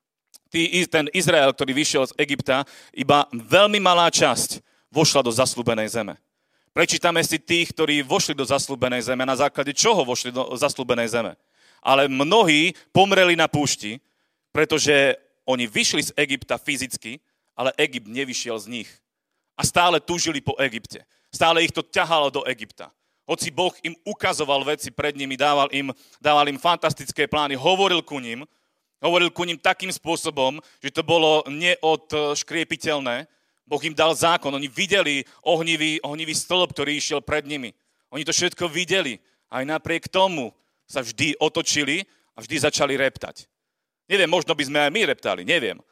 ten Izrael, ktorý vyšiel z Egypta, iba veľmi malá časť vošla do zasľúbenej zeme. Prečítame si tých, ktorí vošli do zasľúbenej zeme, na základe čoho vošli do zasľúbenej zeme. Ale mnohí pomreli na púšti, pretože oni vyšli z Egypta fyzicky, ale Egypt nevyšiel z nich. A stále túžili po Egypte. Stále ich to ťahalo do Egypta. Hoci Boh im ukazoval veci pred nimi, dával im, dával im fantastické plány, hovoril ku nim, Hovoril ku ním takým spôsobom, že to bolo neodškriepiteľné. Boh im dal zákon. Oni videli ohnivý, ohnivý stĺp, ktorý išiel pred nimi. Oni to všetko videli. Aj napriek tomu sa vždy otočili a vždy začali reptať. Neviem, možno by sme aj my reptali, neviem.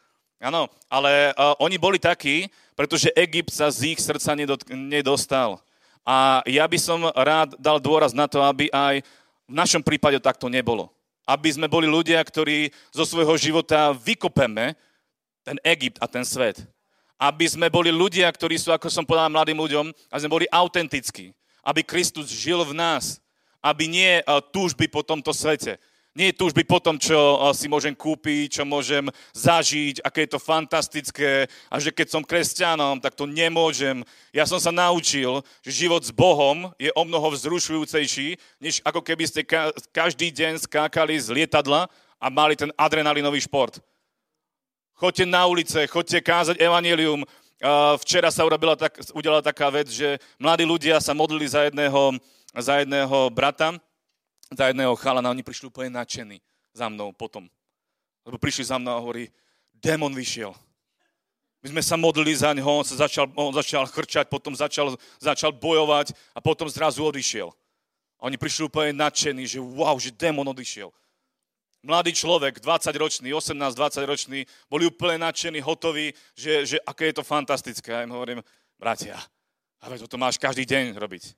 Áno, ale uh, oni boli takí, pretože Egypt sa z ich srdca nedot- nedostal. A ja by som rád dal dôraz na to, aby aj v našom prípade takto nebolo. Aby sme boli ľudia, ktorí zo svojho života vykopeme ten Egypt a ten svet. Aby sme boli ľudia, ktorí sú, ako som povedal mladým ľuďom, aby sme boli autentickí. Aby Kristus žil v nás. Aby nie uh, túžby po tomto svete. Nie je túžby po tom, čo si môžem kúpiť, čo môžem zažiť, aké je to fantastické a že keď som kresťanom, tak to nemôžem. Ja som sa naučil, že život s Bohom je omnoho vzrušujúcejší, než ako keby ste ka- každý deň skákali z lietadla a mali ten adrenalinový šport. Choďte na ulice, choďte kázať evanjelium. Včera sa urobila tak, udiala taká vec, že mladí ľudia sa modlili za jedného, za jedného brata, za jedného chalana, oni prišli úplne nadšení za mnou potom. Lebo prišli za mnou a hovorí, démon vyšiel. My sme sa modlili za ňoho, on sa začal, on začal chrčať, potom začal, začal bojovať a potom zrazu odišiel. A oni prišli úplne nadšení, že wow, že démon odišiel. Mladý človek, dvadsaťročný, osemnásť dvadsaťročný, boli úplne nadšení, hotoví, že, že aké je to fantastické. A im hovorím, bratia, ale toto máš každý deň robiť.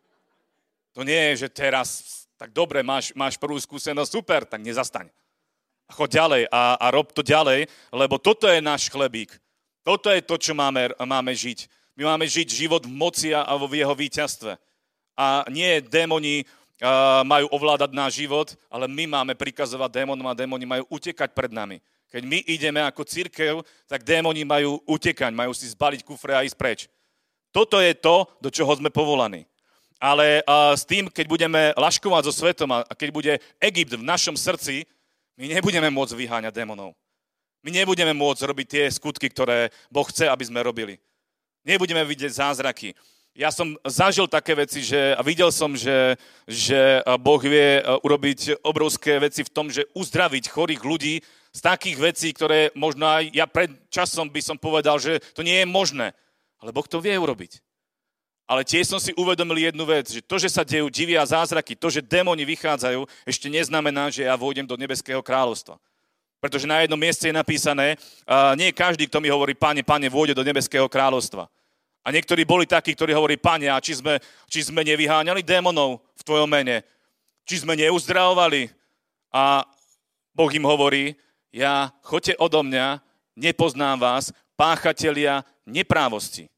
To nie je, že teraz... tak dobre, máš, máš prvú skúsenosť, super, tak nezastaň. A choď ďalej a, a rob to ďalej, lebo toto je náš chlebík. Toto je to, čo máme, máme žiť. My máme žiť život v moci a v jeho víťazstve. A nie démoni uh, majú ovládať náš život, ale my máme prikazovať démonom a démoni majú utekať pred nami. Keď my ideme ako cirkev, tak démoni majú utekať, majú si zbaliť kufre a ísť preč. Toto je to, do čoho sme povolaní. Ale uh, s tým, keď budeme laškovať so svetom a keď bude Egypt v našom srdci, my nebudeme môcť vyháňať démonov. My nebudeme môcť robiť tie skutky, ktoré Boh chce, aby sme robili. Nebudeme vidieť zázraky. Ja som zažil také veci, že, a videl som, že, že Boh vie urobiť obrovské veci v tom, že uzdraviť chorých ľudí z takých vecí, ktoré možno aj ja pred časom by som povedal, že to nie je možné. Ale Boh to vie urobiť. Ale tiež som si uvedomil jednu vec, že to, že sa dejú divia zázraky, to, že démoni vychádzajú, ešte neznamená, že ja vôjdem do nebeského kráľovstva. Pretože na jednom mieste je napísané, uh, nie každý, kto mi hovorí, Pane, Pane, vôjde do nebeského kráľovstva. A niektorí boli takí, ktorí hovorí, Pane, a či sme, či sme nevyháňali démonov v tvojom mene? Či sme neuzdravovali? A Boh im hovorí, ja, choďte odo mňa, nepoznám vás, páchatelia neprávosti.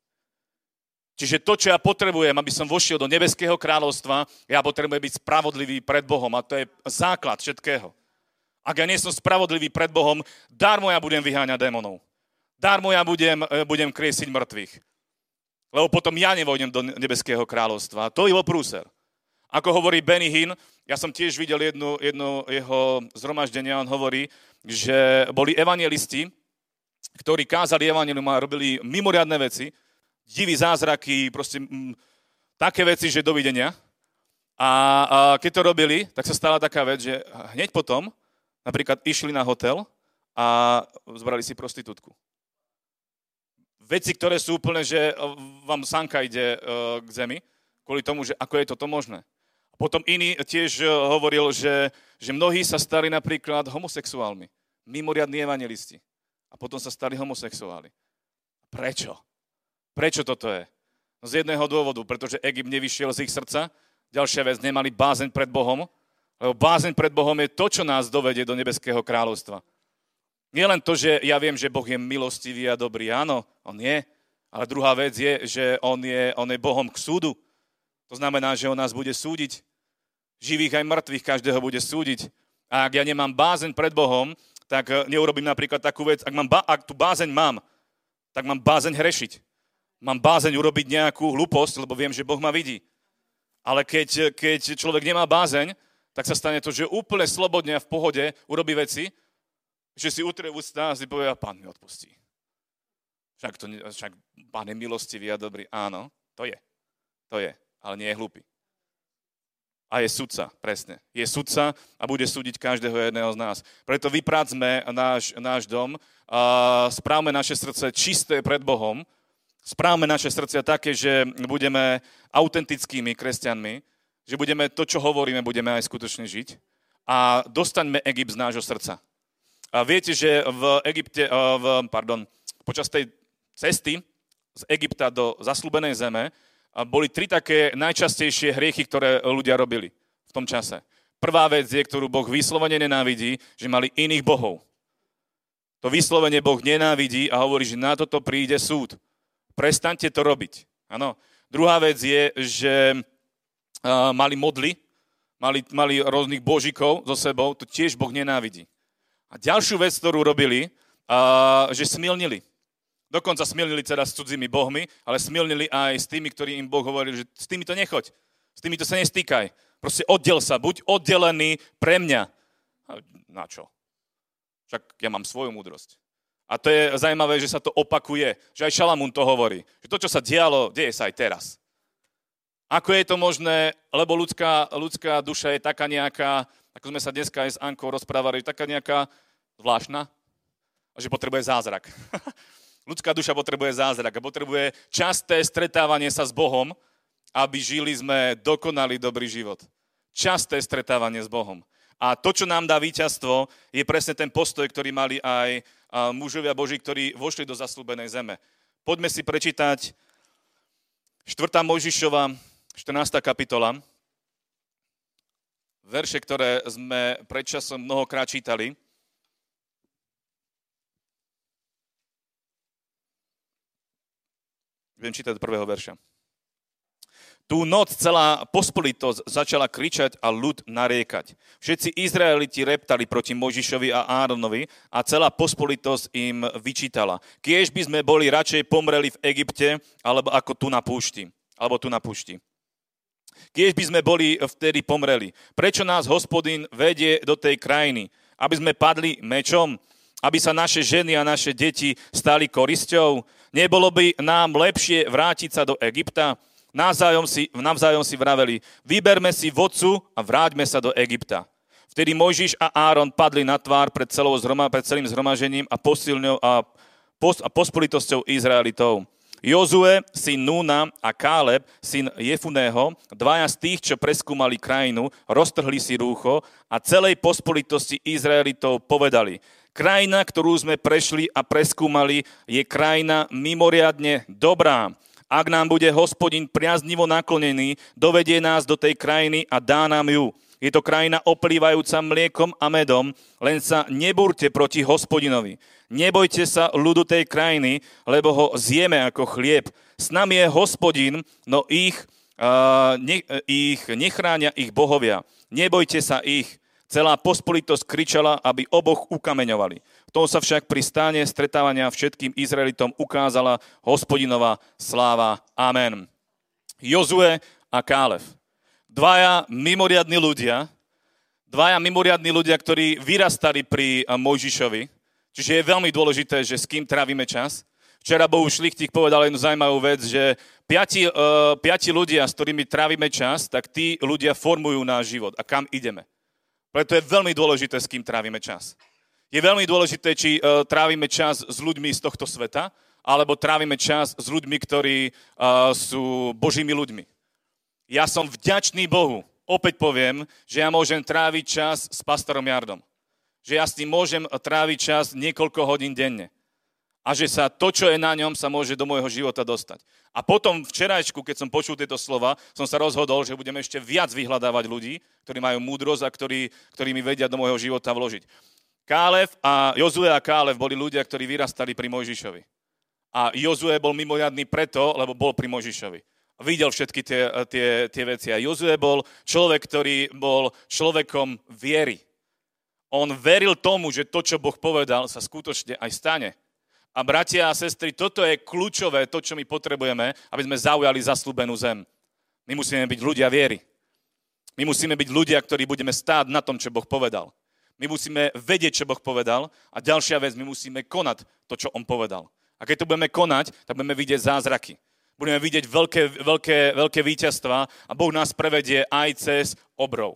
Čiže to, čo ja potrebujem, aby som vošiel do nebeského kráľovstva, ja potrebujem byť spravodlivý pred Bohom a to je základ všetkého. Ak ja nie som spravodlivý pred Bohom, darmo ja budem vyháňať démonov. Darmo ja budem, budem kriesiť mŕtvych. Lebo potom ja nevojdem do nebeského kráľovstva. To je prúser. Ako hovorí Benny Hinn, ja som tiež videl jednu, jednu jeho zhromaždenie, on hovorí, že boli evangelisti, ktorí kázali evanjelium a robili mimoriadne veci, diví zázraky, proste m, také veci, že dovidenia. A, a keď to robili, tak sa stala taká vec, že hneď potom napríklad išli na hotel a zbrali si prostitútku. Veci, ktoré sú úplne, že vám sanka ide uh, k zemi, kvôli tomu, že ako je toto možné. A potom iný tiež hovoril, že, že mnohí sa stali napríklad homosexuálmi, mimoriadni evangelisti. A potom sa stali homosexuáli. Prečo? Prečo toto je? No z jedného dôvodu, pretože Egypt nevyšiel z ich srdca. Ďalšia vec, nemali bázeň pred Bohom, lebo bázeň pred Bohom je to, čo nás dovedie do nebeského kráľovstva. Nie len to, že ja viem, že Boh je milostivý a dobrý, áno, on je, ale druhá vec je, že on je, on je Bohom k súdu. To znamená, že on nás bude súdiť. Živých aj mŕtvych, každého bude súdiť. A ak ja nemám bázeň pred Bohom, tak neurobím napríklad takú vec, ak, mám ba- ak tú bázeň mám, tak mám bázeň hrešiť. Mám bázeň urobiť nejakú hlúposť, lebo viem, že Boh ma vidí. Ale keď, keď človek nemá bázeň, tak sa stane to, že úplne slobodne a v pohode urobí veci, že si utrie ústa a si povie, Pán mi odpustí. Však, to, však Pán je milostivý a dobrý. Áno, to je. To je, ale nie je hlúpy. A je sudca, presne. Je sudca a bude súdiť každého jedného z nás. Preto vyprácme náš, náš dom, a správme naše srdce čisté pred Bohom, správme naše srdcia také, že budeme autentickými kresťanmi, že budeme to, čo hovoríme, budeme aj skutočne žiť a dostaňme Egypt z nášho srdca. A viete, že v Egypte, v, pardon, počas tej cesty z Egypta do zasľúbenej zeme boli tri také najčastejšie hriechy, ktoré ľudia robili v tom čase. Prvá vec je, ktorú Boh vyslovene nenávidí, že mali iných bohov. To vyslovene Boh nenávidí a hovorí, že na toto príde súd. Prestaňte to robiť. Áno. Druhá vec je, že uh, mali modly, mali, mali rôznych božikov so sebou, to tiež Boh nenávidí. A ďalšiu vec, ktorú robili, uh, že smilnili. Dokonca smilnili teda s cudzými bohmi, ale smilnili aj s tými, ktorí im Boh hovoril, že s týmito nechoď, s týmito sa nestýkaj. Proste oddel sa, buď oddelený pre mňa. A na čo? Však ja mám svoju múdrosť. A to je zaujímavé, že sa to opakuje, že aj Šalamún to hovorí. Že to, čo sa dialo, deje sa aj teraz. Ako je to možné, lebo ľudská, ľudská duša je taká nejaká, ako sme sa dneska aj s Ankou rozprávali, taká nejaká zvláštna, že potrebuje zázrak. Ľudská duša potrebuje zázrak a potrebuje časté stretávanie sa s Bohom, aby žili sme dokonalý dobrý život. Časté stretávanie s Bohom. A to, čo nám dá víťazstvo, je presne ten postoj, ktorý mali aj mužovia Boží, ktorí vošli do zasľúbenej zeme. Poďme si prečítať štvrtá Mojžišova, štrnásta kapitola, verše, ktoré sme pred časom mnohokrát čítali. Budem čítať do prvého verša. Tú noc celá pospolitosť začala kričať a ľud nariekať. Všetci Izraeliti reptali proti Mojžišovi a Áronovi a celá pospolitosť im vyčítala. Kiež by sme boli radšej pomreli v Egypte, alebo ako tu na púšti. Alebo tu na púšti. Kiež by sme boli vtedy pomreli. Prečo nás Hospodin vedie do tej krajiny? Aby sme padli mečom? Aby sa naše ženy a naše deti stali korisťou? Nebolo by nám lepšie vrátiť sa do Egypta? Navzájom si, navzájom si vraveli, vyberme si vodcu a vráťme sa do Egypta. Vtedy Mojžiš a Áron padli na tvár pred, celou zhroma, pred celým zhromažením a, posilňou a, pos, a pospolitosťou Izraelitov. Jozue, syn Núna a Káleb, syn Jefuného, dvaja z tých, čo preskúmali krajinu, roztrhli si rúcho a celej pospolitosti Izraelitov povedali, krajina, ktorú sme prešli a preskúmali, je krajina mimoriadne dobrá. Ak nám bude Hospodin priaznivo naklonený, dovedie nás do tej krajiny a dá nám ju. Je to krajina oplývajúca mliekom a medom, len sa nebúrte proti Hospodinovi. Nebojte sa ľudu tej krajiny, lebo ho zjeme ako chlieb. S nami je Hospodin, no ich, uh, ne, ich nechránia ich bohovia. Nebojte sa ich. Celá pospolitosť kričala, aby oboch ukameňovali. V tom sa však pri stáne stretávania všetkým Izraelitom ukázala Hospodinová sláva. Amen. Jozue a Kálev. Dvaja mimoriadni ľudia, dvaja mimoriadni ľudia, ktorí vyrastali pri Mojžišovi. Čiže je veľmi dôležité, že s kým trávime čas. Včera Bohuš Lichtík povedal jednu zaujímavú vec, že piati, uh, piati ľudia, s ktorými trávime čas, tak tí ľudia formujú náš život a kam ideme. Preto je veľmi dôležité, s kým trávime čas. Je veľmi dôležité, či uh, trávime čas s ľuďmi z tohto sveta, alebo trávime čas s ľuďmi, ktorí uh, sú Božími ľuďmi. Ja som vďačný Bohu. Opäť poviem, že ja môžem tráviť čas s pastorom Jardom. Že ja s tým môžem tráviť čas niekoľko hodín denne. A že sa to, čo je na ňom, sa môže do môjho života dostať. A potom včerajšku, keď som počul tieto slova, som sa rozhodol, že budem ešte viac vyhľadávať ľudí, ktorí majú múdrosť a ktorí, ktorí mi vedia do môjho života vložiť. Kálev a Jozue a Kálev boli ľudia, ktorí vyrastali pri Mojžišovi. A Jozue bol mimoriadny preto, lebo bol pri Mojžišovi. Videl všetky tie, tie, tie veci. A Jozue bol človek, ktorý bol človekom viery. On veril tomu, že to, čo Boh povedal, sa skutočne aj stane. A bratia a sestry, toto je kľúčové, to, čo my potrebujeme, aby sme zaujali zasľúbenú zem. My musíme byť ľudia viery. My musíme byť ľudia, ktorí budeme stáť na tom, čo Boh povedal. My musíme vedieť, čo Boh povedal a ďalšia vec, my musíme konať to, čo On povedal. A keď to budeme konať, tak budeme vidieť zázraky. Budeme vidieť veľké, veľké, veľké víťazstva a Boh nás prevedie aj cez obrov.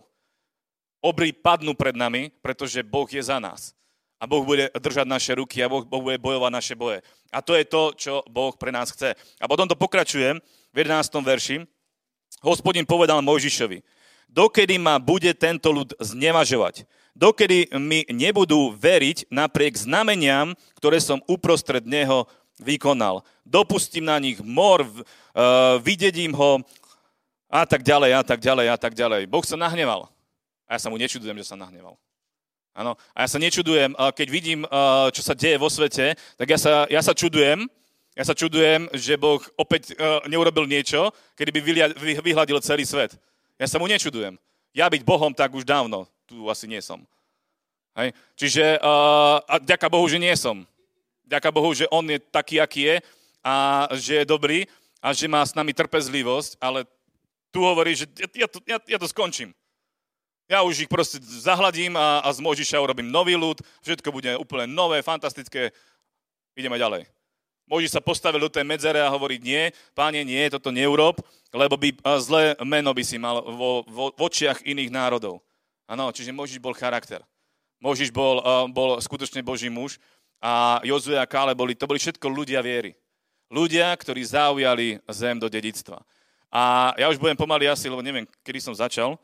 Obry padnú pred nami, pretože Boh je za nás. A Boh bude držať naše ruky a Boh, boh bude bojovať naše boje. A to je to, čo Boh pre nás chce. A potom to pokračuje v jedenástom verši. Hospodin povedal Mojžišovi, dokedy ma bude tento ľud znevažovať? dokedy mi nebudú veriť napriek znameniam, ktoré som uprostred neho vykonal. Dopustím na nich mor, uh, vydedím ho a tak ďalej, a tak ďalej, a tak ďalej. Boh sa nahneval. A ja sa mu nečudujem, že sa nahneval. Áno. A ja sa nečudujem, keď vidím, čo sa deje vo svete, tak ja sa, ja sa čudujem, ja sa čudujem, že Boh opäť neurobil niečo, kedy by vyhľadil celý svet. Ja sa mu nečudujem. Ja byť Bohom, tak už dávno tu asi nie som. Hej. Čiže a ďaká Bohu, že nie som. Ďaká Bohu, že on je taký, aký je a že je dobrý a že má s nami trpezlivosť, ale tu hovorí, že ja, ja, to, ja, ja to skončím. Ja už ich proste zahladím a, a z Mojžiša urobím nový ľud, všetko bude úplne nové, fantastické, ideme ďalej. Mojžiš sa postavil do tej medzere a hovorí, nie, páne, nie, toto neurob, lebo by zlé meno by si mal vo, vo, v očiach iných národov. Áno, čiže Mojžiš bol charakter. Mojžiš bol, bol skutočne Boží muž a Jozue a Kále boli, to boli všetko ľudia viery. Ľudia, ktorí zaujali zem do dedičstva. A ja už budem pomaly asi, lebo neviem, kedy som začal.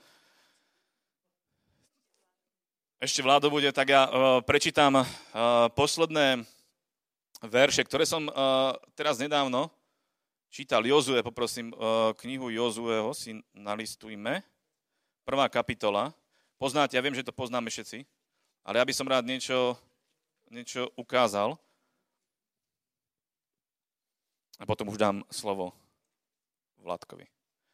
Ešte Vládo bude, tak ja uh, prečítam uh, posledné verše, ktoré som uh, teraz nedávno čítal. Jozue, poprosím, uh, knihu Jozueho si nalistujme. Prvá kapitola. Poznáte, ja viem, že to poznáme všetci, ale ja by som rád niečo, niečo ukázal. A potom už dám slovo Vládkovi.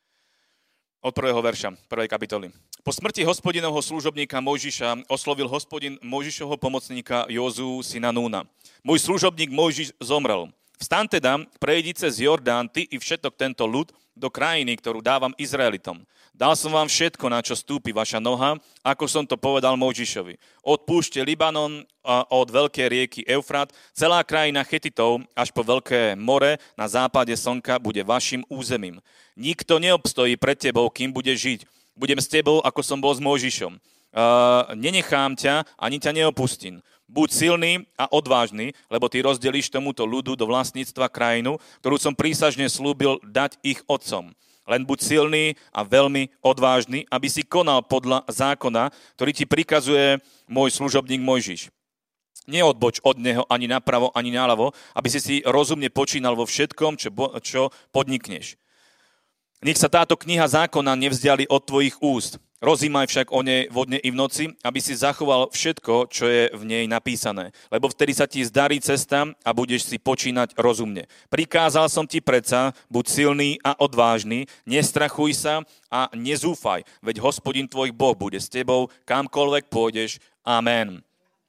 Od prvého verša, prvej kapitoly. Po smrti hospodinovho služobníka Mojžiša oslovil hospodin Mojžišovho pomocníka Jozuu, syna Núna. Môj služobník Mojžiš zomrel. Vstaň teda, prejdi cez Jordán, ty i všetok tento ľud, do krajiny, ktorú dávam Izraelitom. Dal som vám všetko, na čo stúpi vaša noha, ako som to povedal Mojžišovi. Od púšte Libanon a od veľkej rieky Eufrat, celá krajina Chetitov až po veľké more na západe slnka bude vašim územím. Nikto neobstojí pred tebou, kým bude žiť. Budem s tebou, ako som bol s Mojžišom. Uh, nenechám ťa, ani ťa neopustím. Buď silný a odvážny, lebo ty rozdelíš tomuto ľudu do vlastníctva krajinu, ktorú som prísažne slúbil dať ich otcom. Len buď silný a veľmi odvážny, aby si konal podľa zákona, ktorý ti prikazuje môj služobník Mojžiš. Neodboč od neho ani napravo, ani naľavo, aby si si rozumne počínal vo všetkom, čo, čo podnikneš. Nech sa táto kniha zákona nevzdiali od tvojich úst. Rozímaj však o nej vodne i v noci, aby si zachoval všetko, čo je v nej napísané. Lebo vtedy sa ti zdarí cesta a budeš si počínať rozumne. Prikázal som ti predsa, buď silný a odvážny, nestrachuj sa a nezúfaj, veď Hospodin tvoj Boh bude s tebou, kamkoľvek pôjdeš. Amen.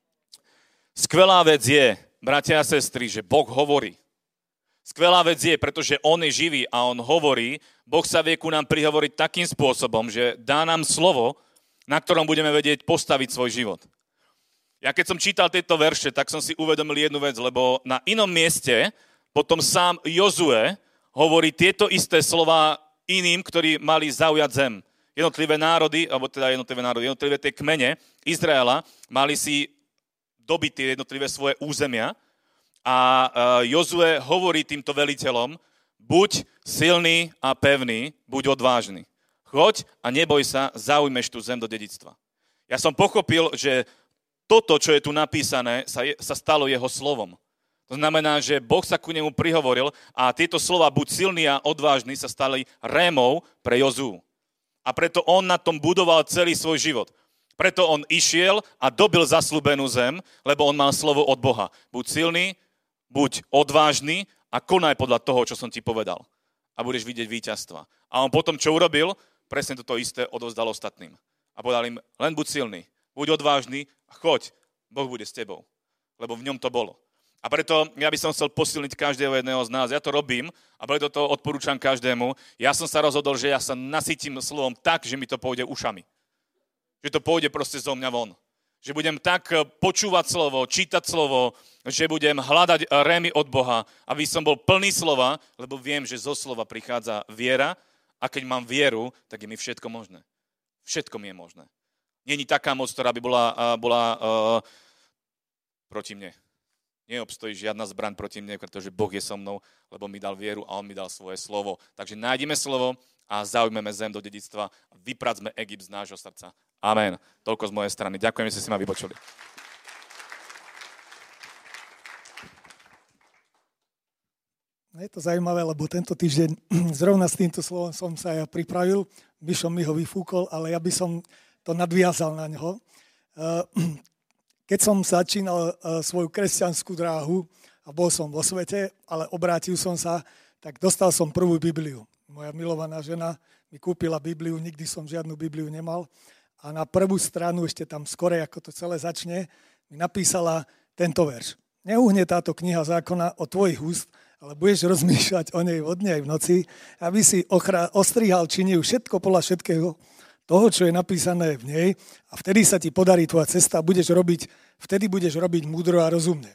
Skvelá vec je, bratia a sestry, že Boh hovorí. Skvelá vec je, pretože on je živý a on hovorí, Boh sa vie ku nám prihovoriť takým spôsobom, že dá nám slovo, na ktorom budeme vedieť postaviť svoj život. Ja keď som čítal tieto verše, tak som si uvedomil jednu vec, lebo na inom mieste potom sám Jozue hovorí tieto isté slova iným, ktorí mali zaujať zem. Jednotlivé národy, alebo teda jednotlivé národy, jednotlivé tie kmene Izraela mali si dobiť tie jednotlivé svoje územia. A Jozue hovorí týmto veliteľom, buď silný a pevný, buď odvážny. Choď a neboj sa, zaujmeš tú zem do dedičstva. Ja som pochopil, že toto, čo je tu napísané, sa, je, sa stalo jeho slovom. To znamená, že Boh sa ku nemu prihovoril a tieto slova, buď silný a odvážny, sa stali rémou pre Jozuu. A preto on na tom budoval celý svoj život. Preto on išiel a dobil zasľúbenú zem, lebo on mal slovo od Boha. Buď silný, buď odvážny a konaj podľa toho, čo som ti povedal. A budeš vidieť víťazstva. A on potom, čo urobil, presne toto isté odovzdal ostatným. A povedal im, len buď silný, buď odvážny a choď, Boh bude s tebou. Lebo v ňom to bolo. A preto ja by som chcel posilniť každého jedného z nás. Ja to robím a preto to odporúčam každému. Ja som sa rozhodol, že ja sa nasytím slovom tak, že mi to pôjde ušami. Že to pôjde proste zo mňa von. Že budem tak počúvať slovo, čítať slovo, že budem hľadať rémy od Boha, aby som bol plný slova, lebo viem, že zo slova prichádza viera a keď mám vieru, tak je mi všetko možné. Všetko mi je možné. Není taká moc, ktorá by bola, bola uh, proti mne. neobstojí žiadna zbraň proti mne, pretože Boh je so mnou, lebo mi dal vieru a on mi dal svoje slovo. Takže nájdime slovo a zaujmeme zem do dedičstva a vypracme Egypt z nášho srdca. Amen. Toľko z mojej strany. Ďakujem, že ste si ma vypočuli. Je to zaujímavé, lebo tento týždeň zrovna s týmto slovom som sa ja pripravil. Myšom mi ho vyfúkol, ale ja by som to nadviazal na ňo. Keď som začínal svoju kresťanskú dráhu a bol som vo svete, ale obrátil som sa, tak dostal som prvú Bibliu. Moja milovaná žena mi kúpila Bibliu, nikdy som žiadnu Bibliu nemal. A na prvú stranu, ešte tam skore, ako to celé začne, mi napísala tento verš. Neuhne táto kniha zákona od tvojich úst, ale budeš rozmýšľať o nej vo dne aj v noci, aby si ochra- ostrihal, činil všetko podľa všetkého toho, čo je napísané v nej a vtedy sa ti podarí tvoja cesta, budeš robiť, vtedy budeš robiť múdro a rozumne.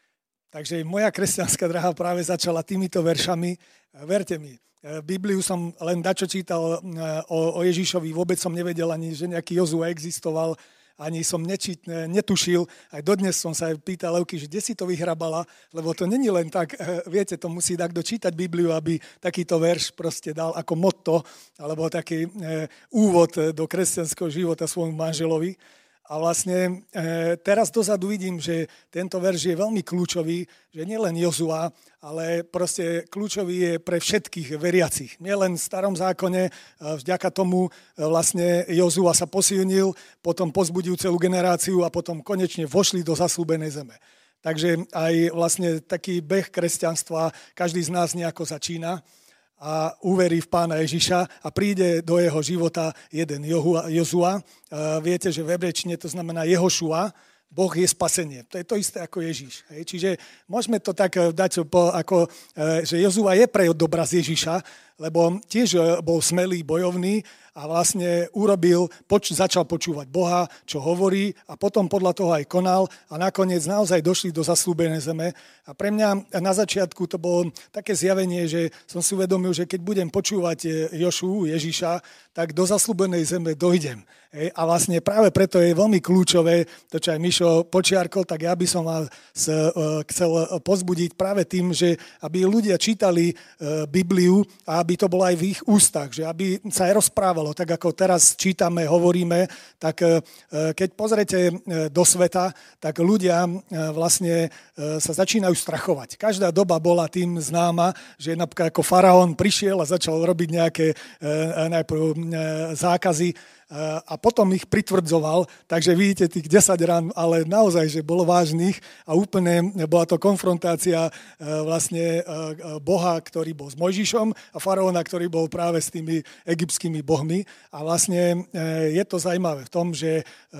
Takže moja kresťanská dráha práve začala týmito veršami. Verte mi, Bibliu som len dačo čítal o, o Ježišovi, vôbec som nevedel ani, že nejaký Jozue existoval, ani som nečít, netušil, aj dodnes som sa aj pýtal Levky, že kde si to vyhrabala, lebo to není len tak, viete, to musí takto čítať Bibliu, aby takýto verš proste dal ako motto, alebo taký e, úvod do kresťanského života svojmu manželovi. A vlastne e, teraz dozadu vidím, že tento verš je veľmi kľúčový, že nielen Jozua, ale proste kľúčový je pre všetkých veriacich. Nielen v starom zákone, vďaka tomu vlastne Jozua sa posilnil, potom pozbudil celú generáciu a potom konečne vošli do zasľúbenej zeme. Takže aj vlastne taký beh kresťanstva, každý z nás nejako začína a uverí v Pána Ježiša a príde do jeho života jeden Jozua. Viete, že v hebrejčine to znamená Jehošua, Boh je spasenie. To je to isté ako Ježiš. Hej. Čiže môžeme to tak dať, ako, že Jozua je preobraz Ježiša, lebo tiež bol smelý, bojovný a vlastne urobil, poč, začal počúvať Boha, čo hovorí a potom podľa toho aj konal a nakoniec naozaj došli do zasľúbenej zeme. A pre mňa na začiatku to bolo také zjavenie, že som si uvedomil, že keď budem počúvať Jošu, Ježiša, tak do zasľúbenej zeme dojdem. Hej. A vlastne práve preto je veľmi kľúčové, to čo aj Mišo počiarkol, tak ja by som vás chcel pozbudiť práve tým, že aby ľudia čítali Bibliu a aby to bolo aj v ich ústach, že aby sa aj rozprávalo, tak ako teraz čítame, hovoríme, tak keď pozrete do sveta, tak ľudia vlastne sa začínajú strachovať. Každá doba bola tým známa, že napríklad ako faraón prišiel a začal robiť nejaké najprv zákazy, a potom ich pritvrdzoval, takže vidíte tých desať rán, ale naozaj, že bolo vážnych a úplne bola to konfrontácia vlastne Boha, ktorý bol s Mojžišom a faraóna, ktorý bol práve s tými egyptskými bohmi a vlastne je to zaujímavé v tom, že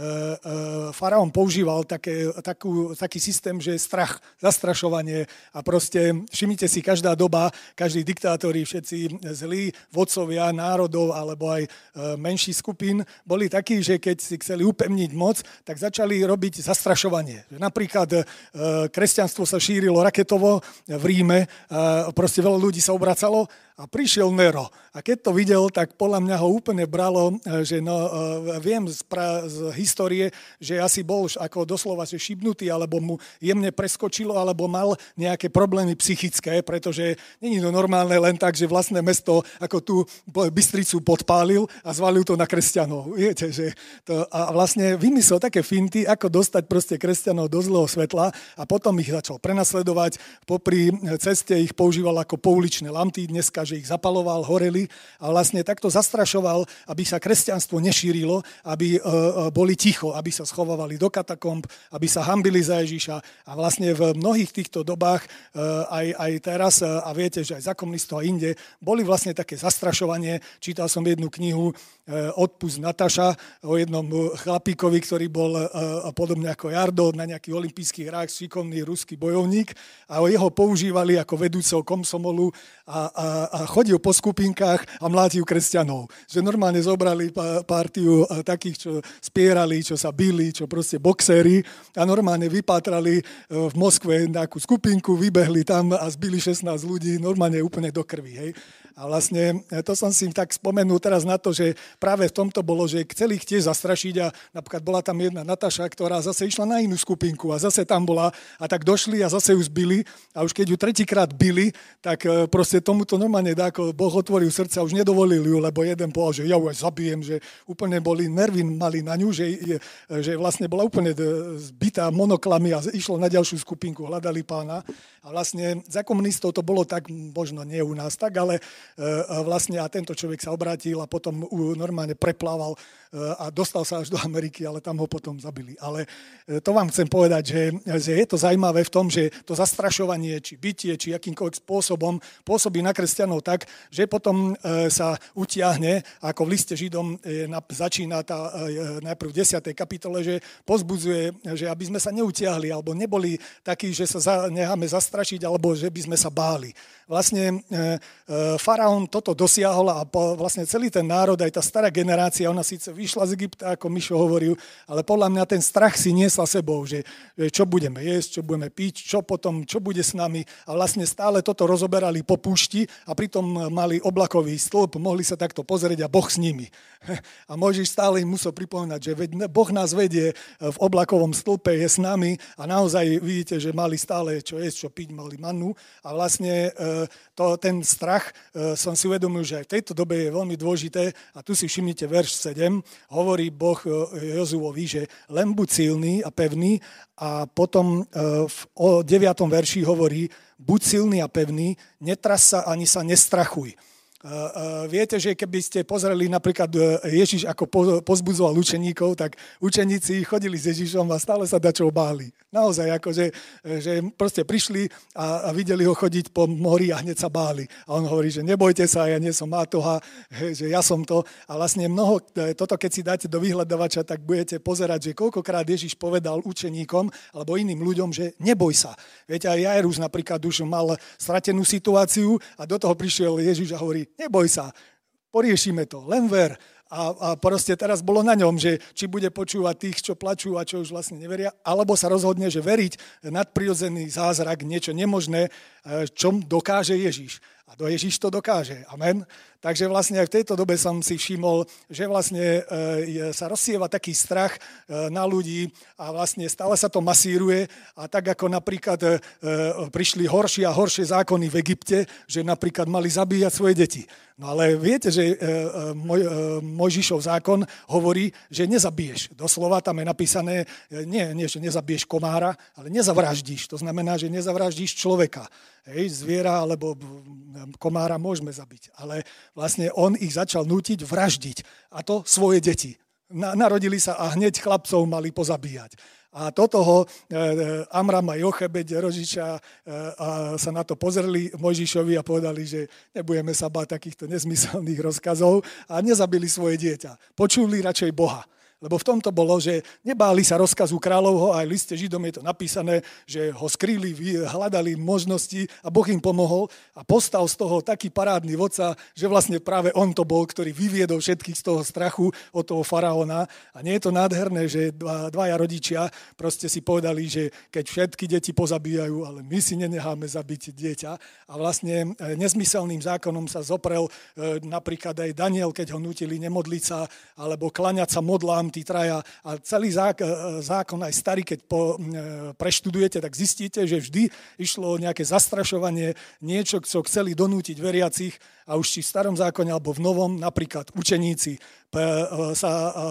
faraón používal také, takú, taký systém, že strach, zastrašovanie a proste všimnite si, každá doba, každí diktátori, všetci zlí vodcovia národov alebo aj menší skupín boli takí, že keď si chceli upevniť moc, tak začali robiť zastrašovanie. Napríklad kresťanstvo sa šírilo raketovo v Ríme, proste veľa ľudí sa obracalo a prišiel Nero. A keď to videl, tak podľa mňa ho úplne bralo, že no, viem z, pra, z histórie, že asi bol ako doslova že šibnutý, alebo mu jemne preskočilo, alebo mal nejaké problémy psychické, pretože nie je to normálne len tak, že vlastné mesto ako tú Bystricu podpálil a zvalil to na kresťanov. Viete, že to, a vlastne vymyslel také finty, ako dostať proste kresťanov do zlého svetla a potom ich začal prenasledovať. Popri ceste ich používal ako pouličné lampy, dneska že ich zapaloval, horeli a vlastne takto zastrašoval, aby sa kresťanstvo nešírilo, aby boli ticho, aby sa schovávali do katakomb, aby sa hanbili za Ježiša. A vlastne v mnohých týchto dobách, aj, aj teraz, a viete, že aj za komunistov a inde, boli vlastne také zastrašovanie. Čítal som jednu knihu Odpust Nataša o jednom chlapíkovi, ktorý bol podobne ako Jardo na nejakých olympijských hrách, šikovný ruský bojovník a jeho používali ako vedúceho komsomolu a, a a chodil po skupinkách a mlátil kresťanov. Že normálne zobrali partiu takých, čo spierali, čo sa bili, čo proste boxéri a normálne vypátrali v Moskve nejakú skupinku, vybehli tam a zbili šestnásť ľudí normálne úplne do krvi. Hej. A vlastne to som si tak spomenul teraz na to, že práve v tomto bolo, že chceli ich tiež zastrašiť a napríklad bola tam jedna Nataša, ktorá zase išla na inú skupinku a zase tam bola a tak došli a zase ju zbili a už keď ju tretíkrát bili, tak proste tomuto normálne ako Boh otvoril srdce a už nedovolil ju, lebo jeden povedal, že ja ju aj zabijem, že úplne boli nervy mali na ňu, že, že vlastne bola úplne zbitá monoklami a išlo na ďalšiu skupinku, hľadali pána. A vlastne za komunistov to bolo tak, možno nie u nás tak, ale vlastne a tento človek sa obrátil a potom normálne preplával a dostal sa až do Ameriky, ale tam ho potom zabili. Ale to vám chcem povedať, že, že je to zaujímavé v tom, že to zastrašovanie, či bytie, či akýmkoľvek spôsobom pôsobí na kresťanov tak, že potom sa utiahne, ako v liste Židom začína tá najprv v desiatej kapitole, že pozbudzuje, že aby sme sa neutiahli, alebo neboli takí, že sa necháme zastrašiť, alebo že by sme sa báli. Vlastne faraón toto dosiahol a vlastne celý ten národ, aj tá stará generácia, ona síce vyšla z Egypta, ako Mišo hovoril, ale podľa mňa ten strach si niesla sebou, že čo budeme jesť, čo budeme piť, čo potom, čo bude s nami a vlastne stále toto rozoberali po púšti a pritom mali oblakový stĺp, mohli sa takto pozrieť a Boh s nimi. A Mojžiš stále im musel pripomínať, že Boh nás vedie v oblakovom stĺpe, je s nami a naozaj vidíte, že mali stále čo jesť, čo piť, mali mannu a vlastne to, ten strach som si uvedomil, že aj v tejto dobe je veľmi dôležité a tu si všimnite verš sedem, hovorí Boh Jozuovi, že len buď silný a pevný a potom v deviatom verši hovorí buď silný a pevný, netras sa ani sa nestrachuj. Viete, že keby ste pozreli napríklad Ježiš, ako pozbudzoval učeníkov, tak učeníci chodili s Ježišom a stále sa dačo báli. Naozaj, akože že proste prišli a, a videli ho chodiť po mori a hneď sa báli. A on hovorí, že nebojte sa, ja nie som mátoha, že ja som to. A vlastne mnoho, toto keď si dáte do vyhľadávača, tak budete pozerať, že koľkokrát Ježiš povedal učeníkom alebo iným ľuďom, že neboj sa. Viete, aj Jairus napríklad už mal stratenú situáciu a do toho prišiel Ježiš a hovorí, neboj sa, poriešime to, len ver. A, a proste teraz bolo na ňom, že či bude počúvať tých, čo plačú a čo už vlastne neveria, alebo sa rozhodne, že veriť nadprirodzený zázrak, niečo nemožné, čo dokáže Ježiš. A do Ježiš to dokáže. Amen. Takže vlastne aj v tejto dobe som si všimol, že vlastne e, sa rozsieva taký strach e, na ľudí a vlastne stále sa to masíruje a tak ako napríklad e, prišli horšie a horšie zákony v Egypte, že napríklad mali zabíjať svoje deti. No ale viete, že e, moj, e, Mojžišov zákon hovorí, že nezabiješ. Doslova tam je napísané, nie, nie, že nezabiješ komára, ale nezavraždíš. To znamená, že nezavraždíš človeka. Hej, zviera alebo komára môžeme zabiť. Ale vlastne on ich začal nútiť vraždiť. A to svoje deti. Na, narodili sa a hneď chlapcov mali pozabíjať. A do toho e, Amram a Jochebed, rodičia, e, a sa na to pozreli Mojžišovi a povedali, že nebudeme sa báť takýchto nezmyselných rozkazov a nezabili svoje dieťa. Počuli radšej Boha. Lebo v tomto bolo, že nebáli sa rozkazu kráľovho, aj v liste Židom je to napísané, že ho skrýli, hľadali možnosti a Boh im pomohol a postal z toho taký parádny vodca, že vlastne práve on to bol, ktorý vyviedol všetkých z toho strachu od toho faraóna. A nie je to nádherné, že dva, dvaja rodičia proste si povedali, že keď všetky deti pozabíjajú, ale my si nenecháme zabiť dieťa. A vlastne nezmyselným zákonom sa zoprel napríklad aj Daniel, keď ho nutili nemodliť sa alebo klaňať sa modlám, tí traja a celý zákon, aj starý, keď po, preštudujete, tak zistíte, že vždy išlo o nejaké zastrašovanie, niečo, čo chceli donútiť veriacich a už či v starom zákone alebo v novom, napríklad učeníci sa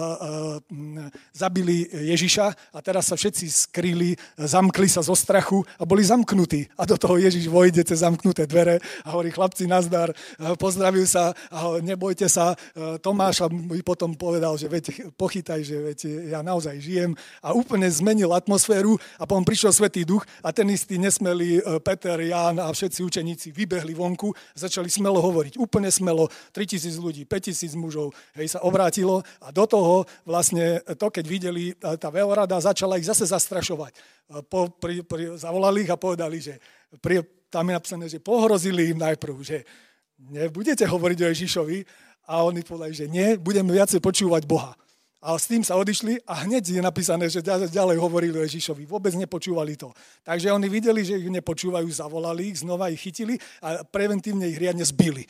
zabili Ježiša a teraz sa všetci skrýli, zamkli sa zo strachu a boli zamknutí. A do toho Ježiš vojde cez zamknuté dvere a hovorí, chlapci, nazdar, pozdravil sa a nebojte sa. Tomáš mi potom povedal, že veď pochytaj, že veď ja naozaj žijem a úplne zmenil atmosféru a potom prišiel Svätý Duch a ten istý nesmelý Peter, Ján a všetci učeníci vybehli vonku, začali smelo hovoriť, úplne smelo, tritisíc ľudí, päťtisíc mužov, hej, sa obrátilo a do toho vlastne to, keď videli, tá veľrada začala ich zase zastrašovať. Po, pri, pri, zavolali ich a povedali, že pri, tam je napísané, že pohrozili im najprv, že nebudete hovoriť o Ježišovi a oni povedali, že nie, budeme viacej počúvať Boha. A s tým sa odišli a hneď je napísané, že ďalej hovorili o Ježišovi. Vôbec nepočúvali to. Takže oni videli, že ich nepočúvajú, zavolali ich, znova ich chytili a preventívne ich riadne zbili.